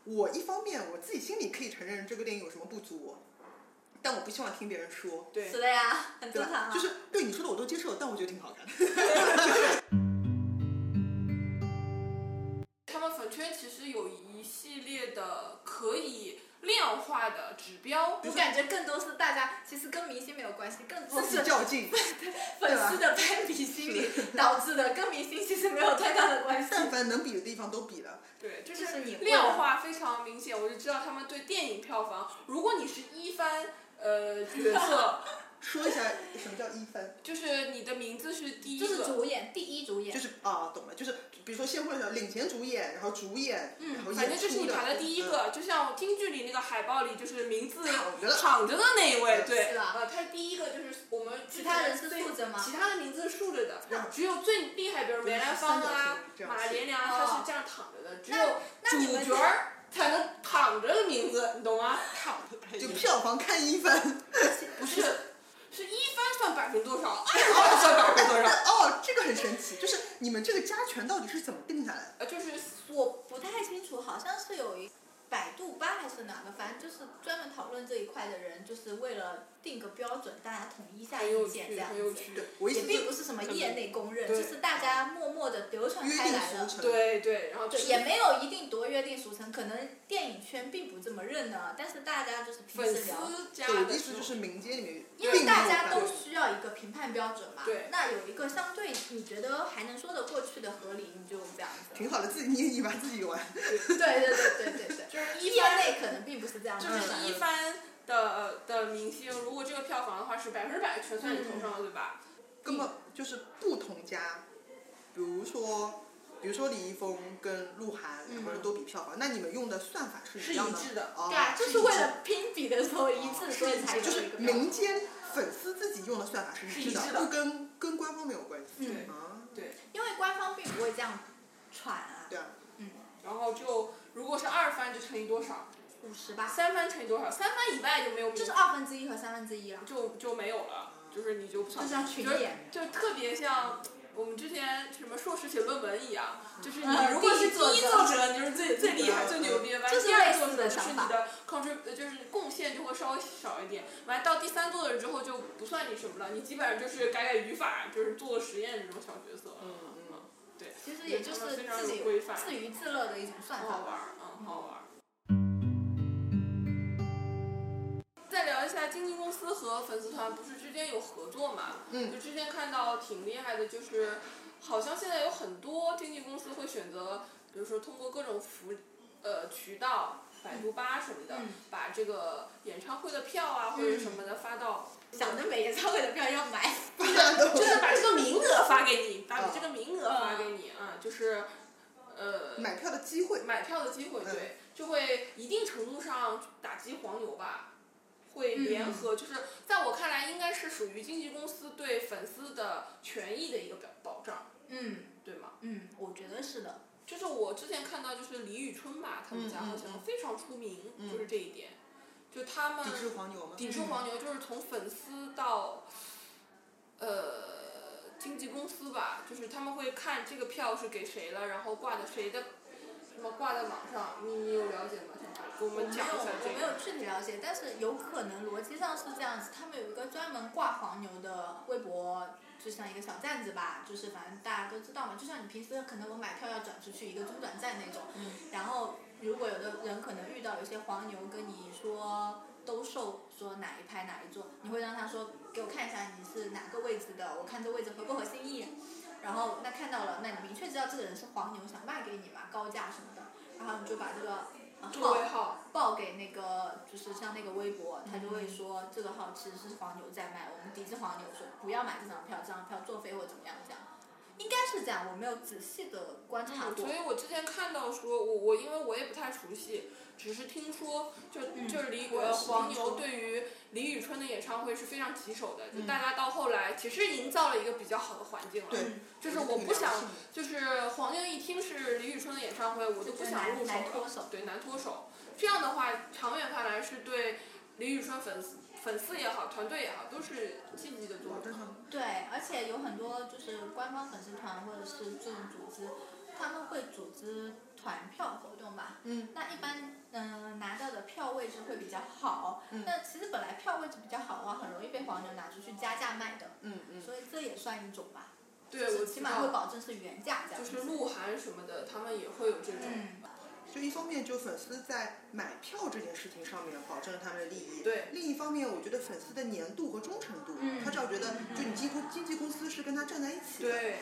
我一方面我自己心里可以承认这个电影有什么不足，但我不希望听别人说。 对， 是的呀，很对吧？ 正常啊。 就是对你说的我都接受，但我觉得挺好看的。 他们粉圈其实有一系列的可以量化的指标， 我感觉更多是大家其实跟明星没有关系，更多是自己较劲， 粉丝的攀比心理导致的，跟明星其实没有太大的关系。 但凡能比的地方都比了。 对，就就是你量化非常明显，我就知道他们对电影票房，如果你是一番角色， 说一下什么叫一番？ 就是你的名字是第一个， 就是主演，第一主演。 就是懂了，就是比如说先会领衔主演，然后主演，然后反正就是你排的第一个，就像京剧里那个海报里，就是名字躺着的那一位，对， 是吧？ 他第一个就是我们其他人是竖着吗？ 其他的名字是竖着的，只有最厉害，比如梅兰芳啊、马连良，他是这样躺着的，只有主角才能躺着的名字，你懂吗？ 躺着，就票房看一番， 不是。是一番算多少，2番算多少？ 哦，这个很神奇，就是你们这个加权到底是怎么定下来的？ 就是我不太清楚，好像是有一百度吧还是哪个，反正就是专门讨论这一块的人，就是为了定个标准，大家统一下意见这样子。也并不是什么业内公认，就是大家默默的流传开来的。 对，然后对，也没有一定多约定俗成，可能电影圈并不这么认呢，但是大家就是平时聊。 对，意思就是民间里面， 因为大家都需要一个评判标准嘛。 对。 那有一个相对你觉得还能说得过去的合理，你就这样子。 挺好的，自己捏一把自己玩。 对。 就是业内可能并不是这样子。 就是一番的明星，如果这个票房的话是100%全算你头上了，对吧？ 根本就是不同家，比如说李易峰跟鹿晗两个人都比票房，那你们用的算法是一样的？ 是一致的。 对啊，就是为了拼比的时候一致，所以才有就是民间粉丝自己用的算法是一致的，不跟官方没有关系。 对。 因为官方并不会这样传啊。 对啊。 然后就如果是2番就乘以多少 ？50吧。 3番乘以多少？3番以外就没有。 就是1/2和1/3了。 就没有了，就是你就就像群演。 就特别像我们之前什么硕士写论文一样，就是你如果是第一作者，你就是最厉害、最牛逼，完第二作者就是你的就是贡献就会稍微少一点，完到第3作者之后就不算你什么了，你基本上就是改语法，就是做实验这种小角色。对。 其实也就是自己自娱自乐的一种算法。 好玩，好玩。再聊一下经纪公司和粉丝团不是之间有合作嘛？就之前看到挺厉害的，就是好像现在有很多经纪公司会选择，比如说通过各种渠道，百度吧什么的，把这个演唱会的票啊或者什么的发到。 想着每演唱会的票要买。 就是把这个名额发给你，就是买票的机会。 对，就会一定程度上打击黄牛吧。会联合，就是在我看来，应该是属于经纪公司对粉丝的权益的一个保障。对吗？ 我觉得是的。 就是我之前看到，就是李宇春吧，他们家好像非常出名，就是这一点。就他们抵制黄牛吗？ 抵制黄牛，就是从粉丝到经纪公司吧，就是他们会看这个票是给谁了，然后挂的谁的。什么挂在网上，你有了解吗？给我们讲一下这个。 我没有具体了解，但是有可能逻辑上是这样子，他们有一个专门挂黄牛的微博，就像一个小站子吧，就是反正大家都知道嘛，就像你平时可能我买票要转出去一个中转站那种，然后如果有的人可能遇到有些黄牛跟你说兜售，说哪一排哪一座，你会让他说给我看一下你是哪个位置的，我看这位置合不合心意。然后那看到了，那你明确知道这个人是黄牛，想卖给你嘛，高价什么的，然后你就把这个号报给那个，就是像那个微博，他就会说这个号其实是黄牛在卖，我们抵制黄牛，说不要买这张票，这张票作废或怎么样这样。应该是这样，我没有仔细的观察过。 所以我之前看到说，我因为我也不太熟悉，只是听说就是黄牛对于李宇春的演唱会是非常棘手的，就大家到后来其实营造了一个比较好的环境了。就是我不想，就是黄牛一听是李宇春的演唱会，我就不想入手了。对，难脱手。这样的话，长远看来是对李宇春粉丝也好，团队也好，都是积极的作用。 对，而且有很多就是官方粉丝团或者是这种组织， 他们会组织团票活动吧。那一般拿到的票位置会比较好。那其实本来票位置比较好的话，很容易被黄牛拿出去加价卖的。所以这也算一种吧。 对，我起码会保证是原价这样。 就是鹿晗什么的，他们也会有这种。 就一方面，就粉丝在买票这件事情上面保证了他们的利益。 对。 另一方面，我觉得粉丝的粘度和忠诚度，他只要觉得就你经纪公司是跟他站在一起的。 对。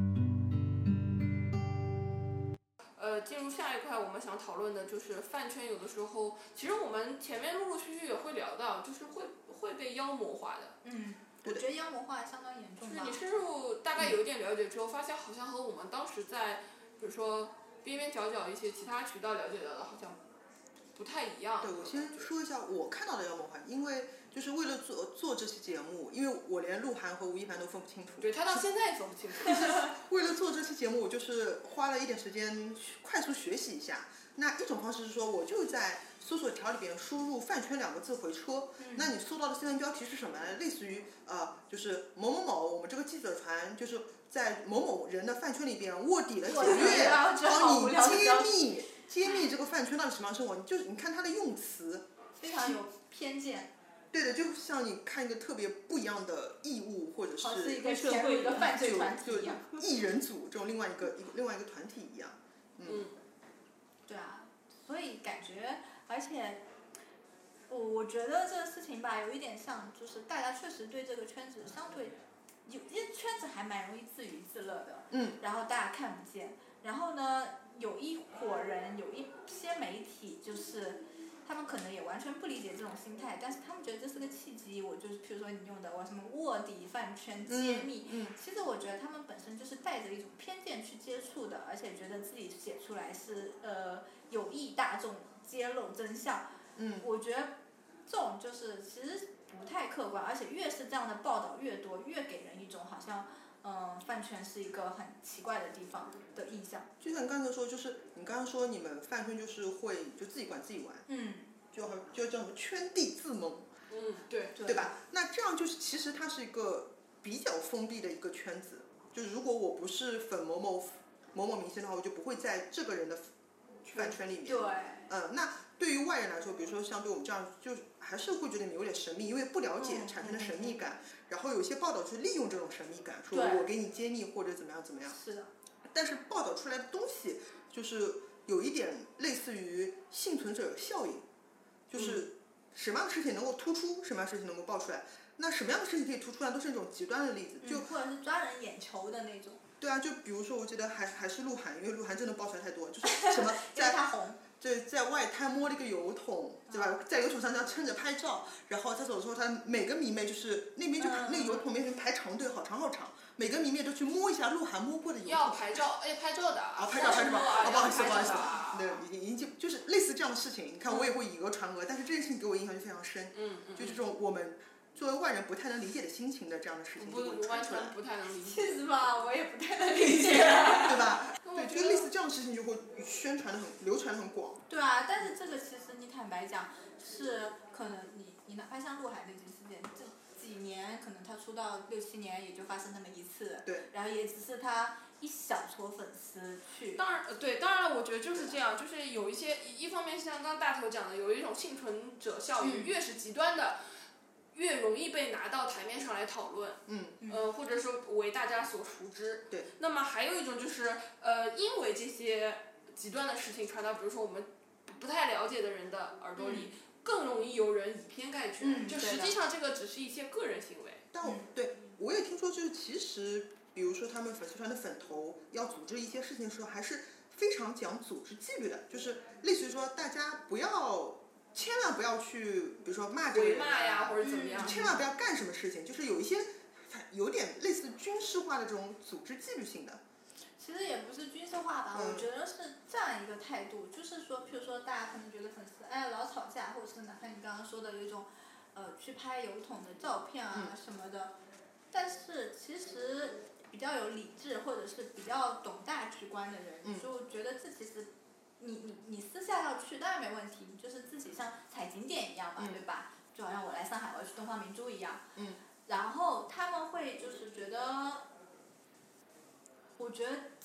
进入下一块，我们想讨论的就是饭圈有的时候，其实我们前面陆陆续续也会聊到，就是会被妖魔化的。 我觉得妖魔化相当严重吧。 就是你深入大概有一点了解之后，发现好像和我们当时在比如说边边角角一些其他渠道了解到的好像不太一样。 对，我先说一下我看到的妖魔化，因为就是为了做这期节目，因为我连鹿晗和吴亦凡都分不清楚。 对，他到现在也分不清楚。 为了做这期节目，我就是花了一点时间快速学习一下。那一种方式是说，我就在搜索条里边输入饭圈2个字回车，那你搜到的新闻标题是什么呢？类似于就是某某某，我们这个记者团就是在某某人的饭圈里边卧底了几个月，帮你揭秘这个饭圈到底什么样的生活。就是你看他的用词， 非常有偏见。 对的，就像你看一个特别不一样的义务，或者是一个潜入一个犯罪团体一样， 艺人组这种另外一个团体一样。 对啊，所以感觉，而且，我觉得这个事情吧，有一点像，就是大家确实对这个圈子相对，有些圈子还蛮容易自娱自乐的。然后大家看不见，然后呢，有一伙人，有一些媒体就是。他们可能也完全不理解这种心态，但是他们觉得这是个契机。我就是，譬如说你用的什么卧底饭圈揭秘，其实我觉得他们本身就是带着一种偏见去接触的，而且觉得自己写出来是有益大众揭露真相。我觉得这种就是其实不太客观，而且越是这样的报道越多，越给人一种好像饭圈是一个很奇怪的地方的印象。 就像你刚才说，就是你刚刚说你们饭圈就是会就自己管自己玩，就叫什么圈地自萌，对吧？那这样就是其实它是一个比较封闭的一个圈子。就是如果我不是粉某某明星的话，我就不会在这个人的饭圈里面。 对。 那对于外人来说，比如说像对我们这样，就还是会觉得你有点神秘，因为不了解产生的神秘感。然后有些报道去利用这种神秘感，说我给你揭秘或者怎么样怎么样。 是的。 但是报道出来的东西就是有一点类似于幸存者效应，就是什么样的事情能够突出，什么样的事情能够爆出来。那什么样的事情可以突出来，都是那种极端的例子，就或者是抓人眼球的那种。 对啊，就比如说，我记得还是鹿晗，因为鹿晗真的爆出来太多，就是什么在他红。 对，在外滩摸了一个油桶，对吧？在油桶上这样撑着拍照，然后他走的时候，他每个迷妹就是那边就那个油桶面前排长队，好长好长，每个迷妹都去摸一下鹿晗摸过的油桶。 要拍照的。 拍照，不好意思，对，已经就是类似这样的事情。你看，我也会以讹传讹，但是这件事情给我印象就非常深。就这种我们作为外人不太能理解的心情的这样的事情就会传出来。 不太能理解。 其实吧，我也不太能理解。 对吧？对，就类似这样的事情就会宣传的流传的很广。 对啊，但是这个其实你坦白讲，是可能你哪怕像鹿晗那件事件，这几年可能他出道6、7年也就发生那么一次。 对。 然后也只是他一小撮粉丝去。 当然了，我觉得就是这样，就是有一方面像刚刚大头讲的，有一种幸存者效应，越是极端的。越容易被拿到台面上来讨论，或者说为大家所熟知。 对。 那么还有一种就是，因为这些极端的事情传到，比如说我们不太了解的人的耳朵里，更容易有人以偏概全。就实际上这个只是一些个人行为。 但我也听说，就是其实，比如说他们粉丝团的粉头要组织一些事情的时候，还是非常讲组织纪律的，就是类似于说大家千万不要去，比如说骂这个人呀，或者怎么样， 千万不要干什么事情，就是有一些有点类似军事化的这种组织纪律性的。 其实也不是军事化吧，我觉得是这样一个态度，就是说，譬如说大家可能觉得粉丝老吵架，或者是哪怕你刚刚说的有一种去拍油桶的照片啊什么的，但是其实比较有理智或者是比较懂大局观的人，就觉得这其实。你私下要去当然没问题，就是自己像踩景点一样嘛，对吧？就好像我来上海我要去东方明珠一样。然后他们会就是觉得，我觉得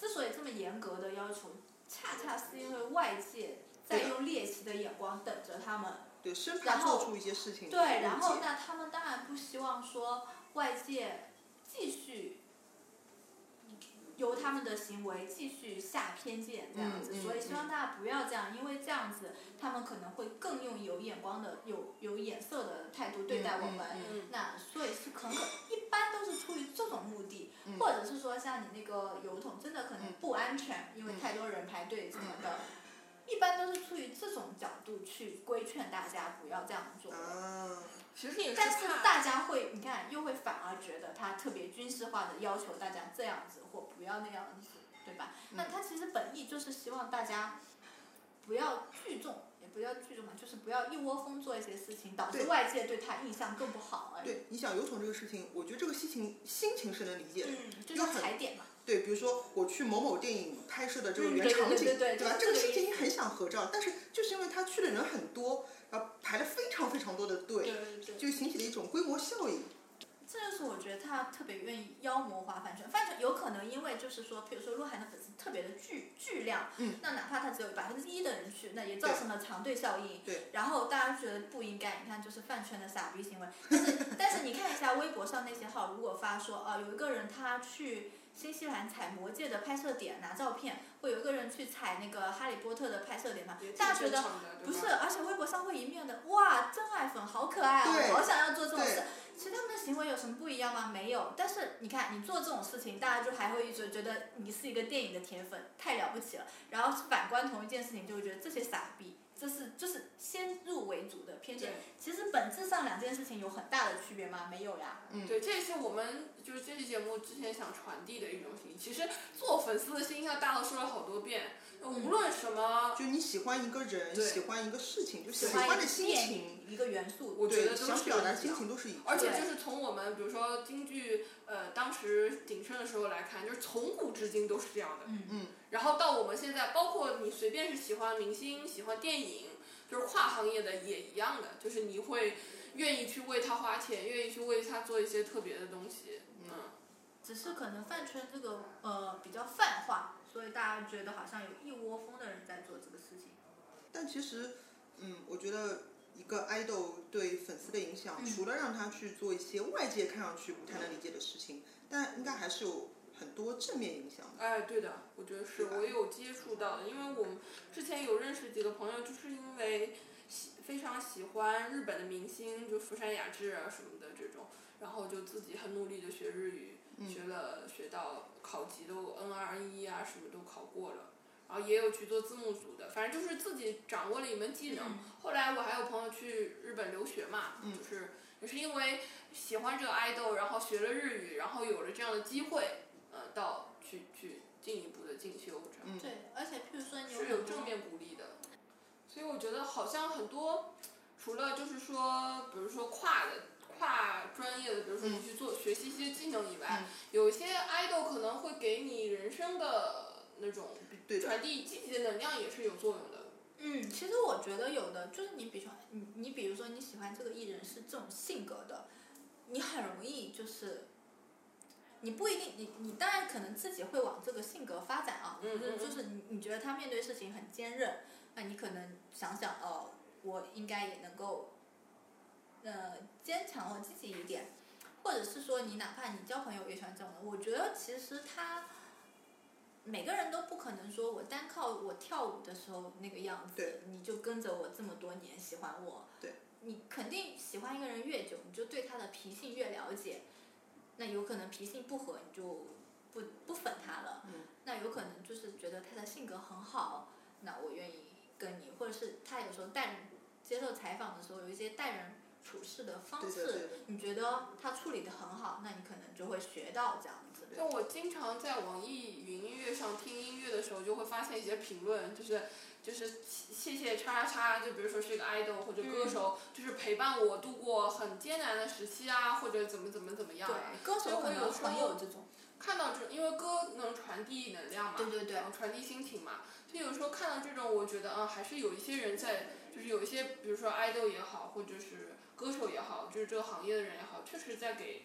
之所以这么严格的要求，恰恰是因为外界在用猎奇的眼光等着他们。 对，生怕做出一些事情。 对，然后那他们当然不希望说外界继续由他们的行为继续下偏见这样子，所以希望大家不要这样，因为这样子他们可能会更用有眼光的、有眼色的态度对待我们。那所以是一般都是出于这种目的，或者是说像你那个邮筒真的可能不安全，因为太多人排队什么的。一般都是出于这种角度去规劝大家不要这样做。 其实也是但是大家会，你看，又会反而觉得他特别军事化的要求大家这样子或不要那样子，对吧？那他其实本意就是希望大家不要聚众，也不要聚众嘛，就是不要一窝蜂做一些事情，导致外界对他印象更不好而已。 对，你想邮筒这个事情，我觉得这个心情是能理解的。 就是踩点嘛。 对，比如说我去某某电影拍摄的这个原场景， 对吧？这个心情你很想合照，但是就是因为他去的人很多，然后排了非常非常多的队，就引起了一种规模效应。 这就是我觉得他特别愿意妖魔化饭圈，饭圈有可能因为就是说，比如说鹿晗的粉丝特别的巨量，那哪怕他只有1%的人去，那也造成了长队效应。 对。 然后大家觉得不应该，你看就是饭圈的傻逼行为。但是你看一下微博上那些号，如果发说有一个人他去新西兰采魔戒的拍摄点拿照片，会有一个人去采那个哈利波特的拍摄点嘛，大家觉得不是，而且微博上会一面的哇真爱粉好可爱我好想要做这种事。其实他们的行为有什么不一样吗？没有。但是你看你做这种事情，大家就还会一直觉得你是一个电影的铁粉，太了不起了。然后反观同一件事情，就会觉得这些傻逼，这是就是先入为主的偏见。其实本质上两件事情有很大的区别吗？没有呀。 对，这也是我们就是这期节目之前想传递的一种心。其实做粉丝的心，像大头说了好多遍，无论什么， 就你喜欢一个人，喜欢一个事情，就喜欢的心情。 一个元素， 我觉得都是想表达心情都是一样。 而且就是从我们比如说京剧当时鼎盛的时候来看，就是从古至今都是这样的。然后到我们现在，包括你随便是喜欢明星、喜欢电影，就是跨行业的也一样的，就是你会愿意去为他花钱，愿意去为他做一些特别的东西。 只是可能饭圈这个比较泛化，所以大家觉得好像有一窝蜂的人在做这个事情。 但其实，我觉得一个 idol 对粉丝的影响，除了让他去做一些外界看上去不太能理解的事情，但应该还是有很多正面影响的。 哎，对的，我觉得是，我也有接触到的，因为我们之前有认识几个朋友，就是因为非常喜欢日本的明星，就福山雅治啊什么的这种，然后就自己很努力的学日语，学到考级都 N2、N1啊什么都考过了。然后也有去做字幕组的，反正就是自己掌握了一门技能。后来我还有朋友去日本留学嘛，就是也是因为喜欢这个 idol， 然后学了日语，然后有了这样的机会，到去进一步的进修这样。 对，而且譬如说你是有正面鼓励的，所以我觉得好像很多，除了就是说，比如说跨专业的，比如说你去学习一些技能以外，有一些 idol 可能会给你人生的那种传递积极的能量也是有作用的。 其实我觉得有的就是你比如说你喜欢这个艺人是这种性格的，你很容易就是你不一定你当然可能自己会往这个性格发展啊，就是你觉得他面对事情很坚韧，那你可能想想我应该也能够坚强或积极一点，或者是说你哪怕你交朋友也喜欢这种的，我觉得其实他每个人都不可能说我单靠我跳舞的时候那个样子，你就跟着我这么多年喜欢我。 对， 你肯定喜欢一个人越久，你就对他的脾性越了解。那有可能脾性不合，你就不粉他了。那有可能就是觉得他的性格很好，那我愿意跟你，或者是他有时候接受采访的时候有一些待人处事的方式，你觉得他处理得很好，那你可能就会学到这样子。 像我经常在网易云音乐上听音乐的时候，就会发现一些评论，就是谢谢叉叉叉，就比如说是一个 idol 或者歌手，就是陪伴我度过很艰难的时期啊，或者怎么样。 对，歌手可能很有这种。 看到因为歌能传递能量嘛，然后传递心情嘛，所以有时候看到这种，我觉得还是有一些人在，就是有一些比如说 idol 也好，或者是歌手也好，就是这个行业的人也好，确实在给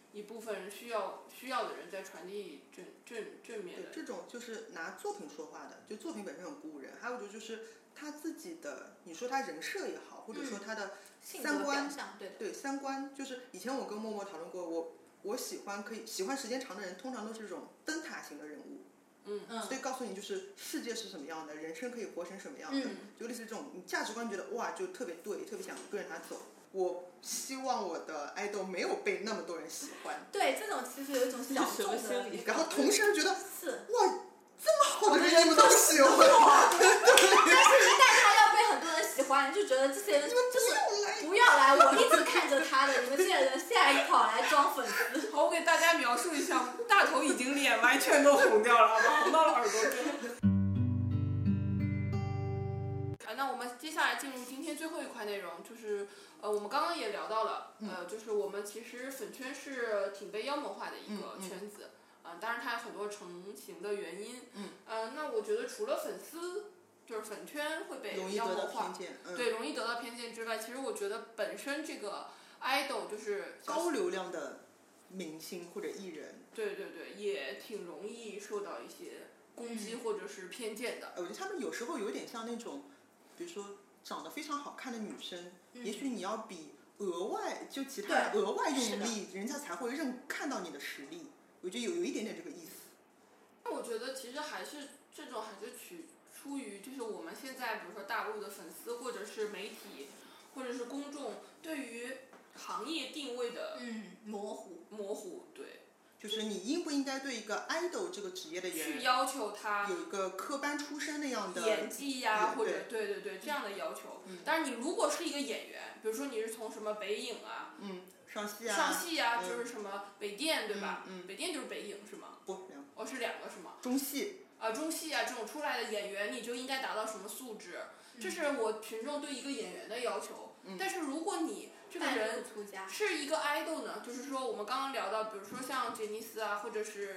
一部分需要的人在传递正面的。 这种就是拿作品说话的，就作品本身很鼓舞人。还有一种就是他自己的，你说他人设也好，或者说他的三观，对三观，就是以前我跟默默讨论过，我喜欢时间长的人，通常都是这种灯塔型的人物。所以告诉你就是世界是什么样的，人生可以活成什么样的，就类似这种你价值观觉得哇就特别对，特别想跟着他走。我希望我的爱豆没有被那么多人喜欢。 对，这种其实有一种小众的， 然后同时又觉得是哇这么好的人你们都喜欢， 但是一旦他要被很多人喜欢，你就觉得这些人就是不要来，我一直看着他的，你们这些人下一跑来装粉丝。 好，我给大家描述一下，大头已经脸完全都红掉了，好吧，红到了耳朵根。那我们接下来进入今天最后一块内容，就是我们刚刚也聊到了，就是我们其实粉圈是挺被妖魔化的一个圈子，当然它有很多成型的原因，那我觉得除了粉丝，就是粉圈会被妖魔化，对，容易得到偏见之外，其实我觉得本身这个 idol 就是高流量的明星或者艺人， 对，也挺容易受到一些攻击或者是偏见的。 我觉得他们有时候有点像那种，比如说长得非常好看的女生，也许你要比额外就其他人额外用力，人家才会看到你的实力。我觉得有一点点这个意思。 那我觉得其实还是这种还是出于就是我们现在比如说大陆的粉丝或者是媒体或者是公众对于行业定位的模糊， 对。 就是你应不应该对一个 idol 这个职业的人去要求他有一个科班出身那样的演技呀，或者对这样的要求。但是你如果是一个演员，比如说你是从什么北影啊， 上戏啊， 就是什么北电对吧？北电就是北影是吗？ 不， 是两个是吗？ 中戏啊这种出来的演员，你就应该达到什么素质？这是我群众对一个演员的要求。但是如果你这个人是一个 idol 呢，就是说我们刚刚聊到，比如说像杰尼斯啊，或者是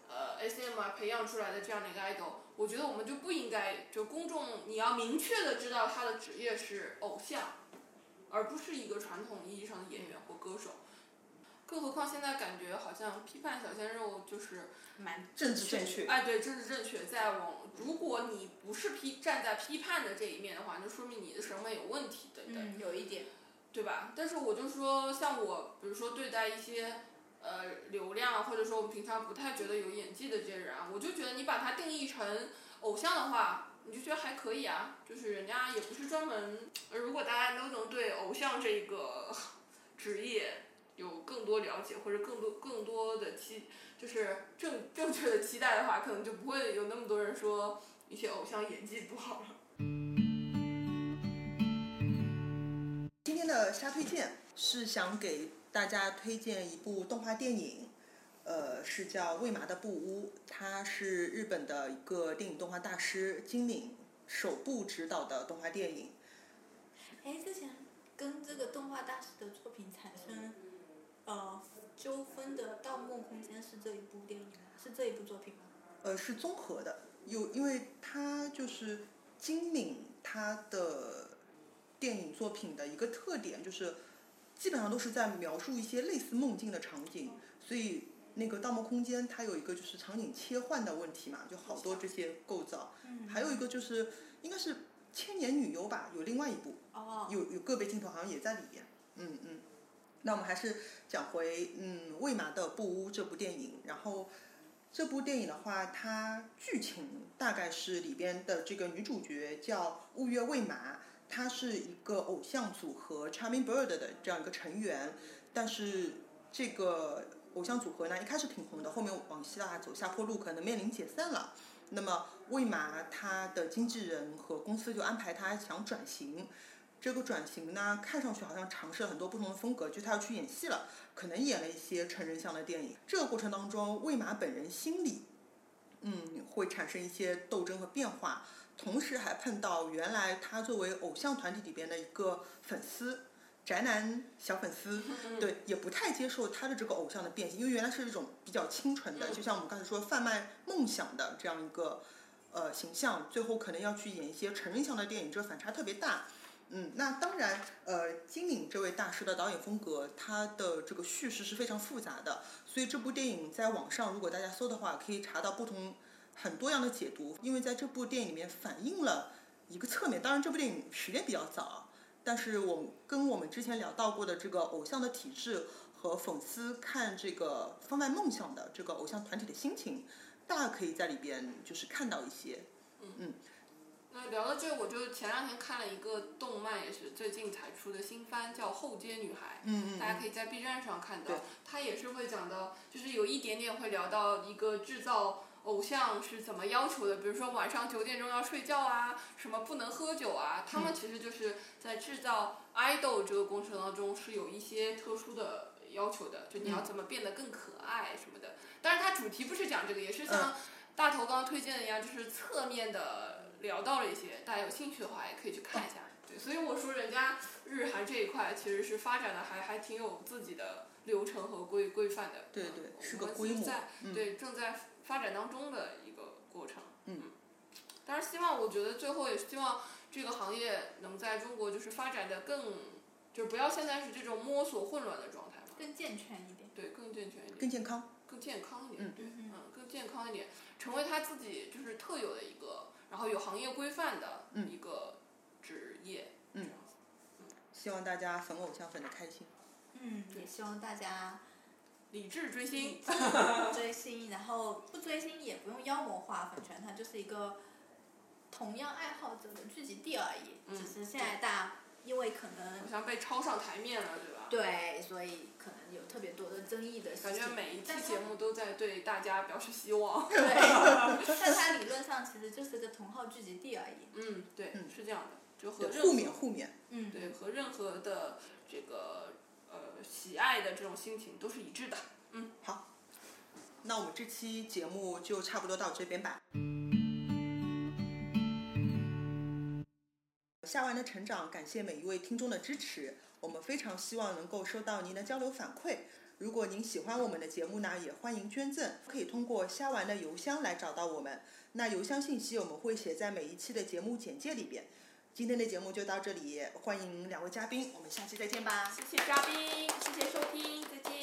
SM 啊培养出来的这样的一个 idol， 我觉得我们就不应该，就公众你要明确的知道他的职业是偶像，而不是一个传统意义上的演员或歌手。更何况现在感觉好像批判小鲜肉就是蛮政治正确， 对，政治正确。如果你不是站在批判的这一面的话，就说明你的审美有问题等等。 有一点， 对吧？但是我就说，像我，比如说对待一些流量，或者说我们平常不太觉得有演技的这些人啊，我就觉得你把它定义成偶像的话，你就觉得还可以啊。就是人家也不是专门，如果大家都能对偶像这个职业有更多了解，或者更多的就是正确的期待的话，可能就不会有那么多人说一些偶像演技不好了。 今天的瞎推荐是想给大家推荐一部动画电影，是叫《未麻的布屋》，它是日本的一个电影动画大师金敏首部执导的动画电影。 之前跟这个动画大师的作品产生纠纷的《盗梦空间》是这一部电影吗？是这一部作品吗？ 是综合的，因为它就是金敏他的电影作品的一个特点就是基本上都是在描述一些类似梦境的场景，所以那个《盗梦空间》它有一个就是场景切换的问题嘛，就好多这些构造。还有一个就是应该是《千年女优》吧，有另外一部，有个别镜头好像也在里边。那我们还是讲回未麻的布屋这部电影，然后这部电影的话，它剧情大概是里边的这个女主角叫雾月未麻，她是一个偶像组合 Charming Bird 的这样一个成员，但是这个偶像组合呢一开始挺红的，后面往希腊走下坡路，可能面临解散了。那么未麻她的经纪人和公司就安排她想转型。这个转型呢，看上去好像尝试了很多不同的风格，就他要去演戏了，可能演了一些成人向的电影。这个过程当中，未麻本人心里，会产生一些斗争和变化，同时还碰到原来他作为偶像团体里边的一个粉丝，宅男小粉丝，对，也不太接受他的这个偶像的变形，因为原来是一种比较清纯的，就像我们刚才说贩卖梦想的这样一个形象，最后可能要去演一些成人向的电影，这反差特别大。 那当然，金敏这位大师的导演风格，他的这个叙事是非常复杂的，所以这部电影在网上如果大家搜的话，可以查到很多样的解读，因为在这部电影里面反映了一个侧面。当然，这部电影时间比较早，但是我们之前聊到过的这个偶像的体制和粉丝看这个贩卖梦想的这个偶像团体的心情，大家可以在里边就是看到一些。 那聊到这，我就前2天看了一个动漫，也是最近才出的新番，叫《后街女孩》。大家可以在 B 站上看到。它也是会讲到，就是有一点点会聊到一个制造偶像是怎么要求的，比如说晚上9点钟要睡觉啊，什么不能喝酒啊，他们其实就是在制造 idol 这个过程当中是有一些特殊的要求的，就你要怎么变得更可爱什么的。但是它主题不是讲这个，也是像大头刚刚推荐的一样，就是侧面的聊到了一些，大家有兴趣的话也可以去看一下。对，所以我说人家日韩这一块其实是发展的还挺有自己的流程和规范的。 对，是个规模。 对，正在发展当中的一个过程。当然我觉得最后也希望这个行业能在中国就是发展的就不要现在是这种摸索混乱的状态嘛， 更健全一点。 对，更健全一点， 更健康一点。对，更健康一点，成为他自己就是特有的一个，然后有行业规范的一个职业。 希望大家粉偶像粉得开心。 也希望大家理智追星， 然后不追星也不用妖魔化粉圈，它就是一个同样爱好者的聚集地而已。只是现在大家因为可能好像被抄上台面了，对吧？ 对，所以可能有特别多的争议的事情。 感觉每一期节目都在对大家表示希望。 对，但它理论上其实就是个同好聚集地而已。 对，是这样的，就和互勉。 对，和任何的这个喜爱的这种心情都是一致的。 好，那我们这期节目就差不多到这边吧。虾丸的成长，感谢每一位听众的支持，我们非常希望能够收到您的交流反馈。如果您喜欢我们的节目呢，也欢迎捐赠，可以通过虾丸的邮箱来找到我们。那邮箱信息我们会写在每一期的节目简介里边。今天的节目就到这里，欢迎2位嘉宾，我们下期再见吧。 谢谢嘉宾，谢谢收听，再见。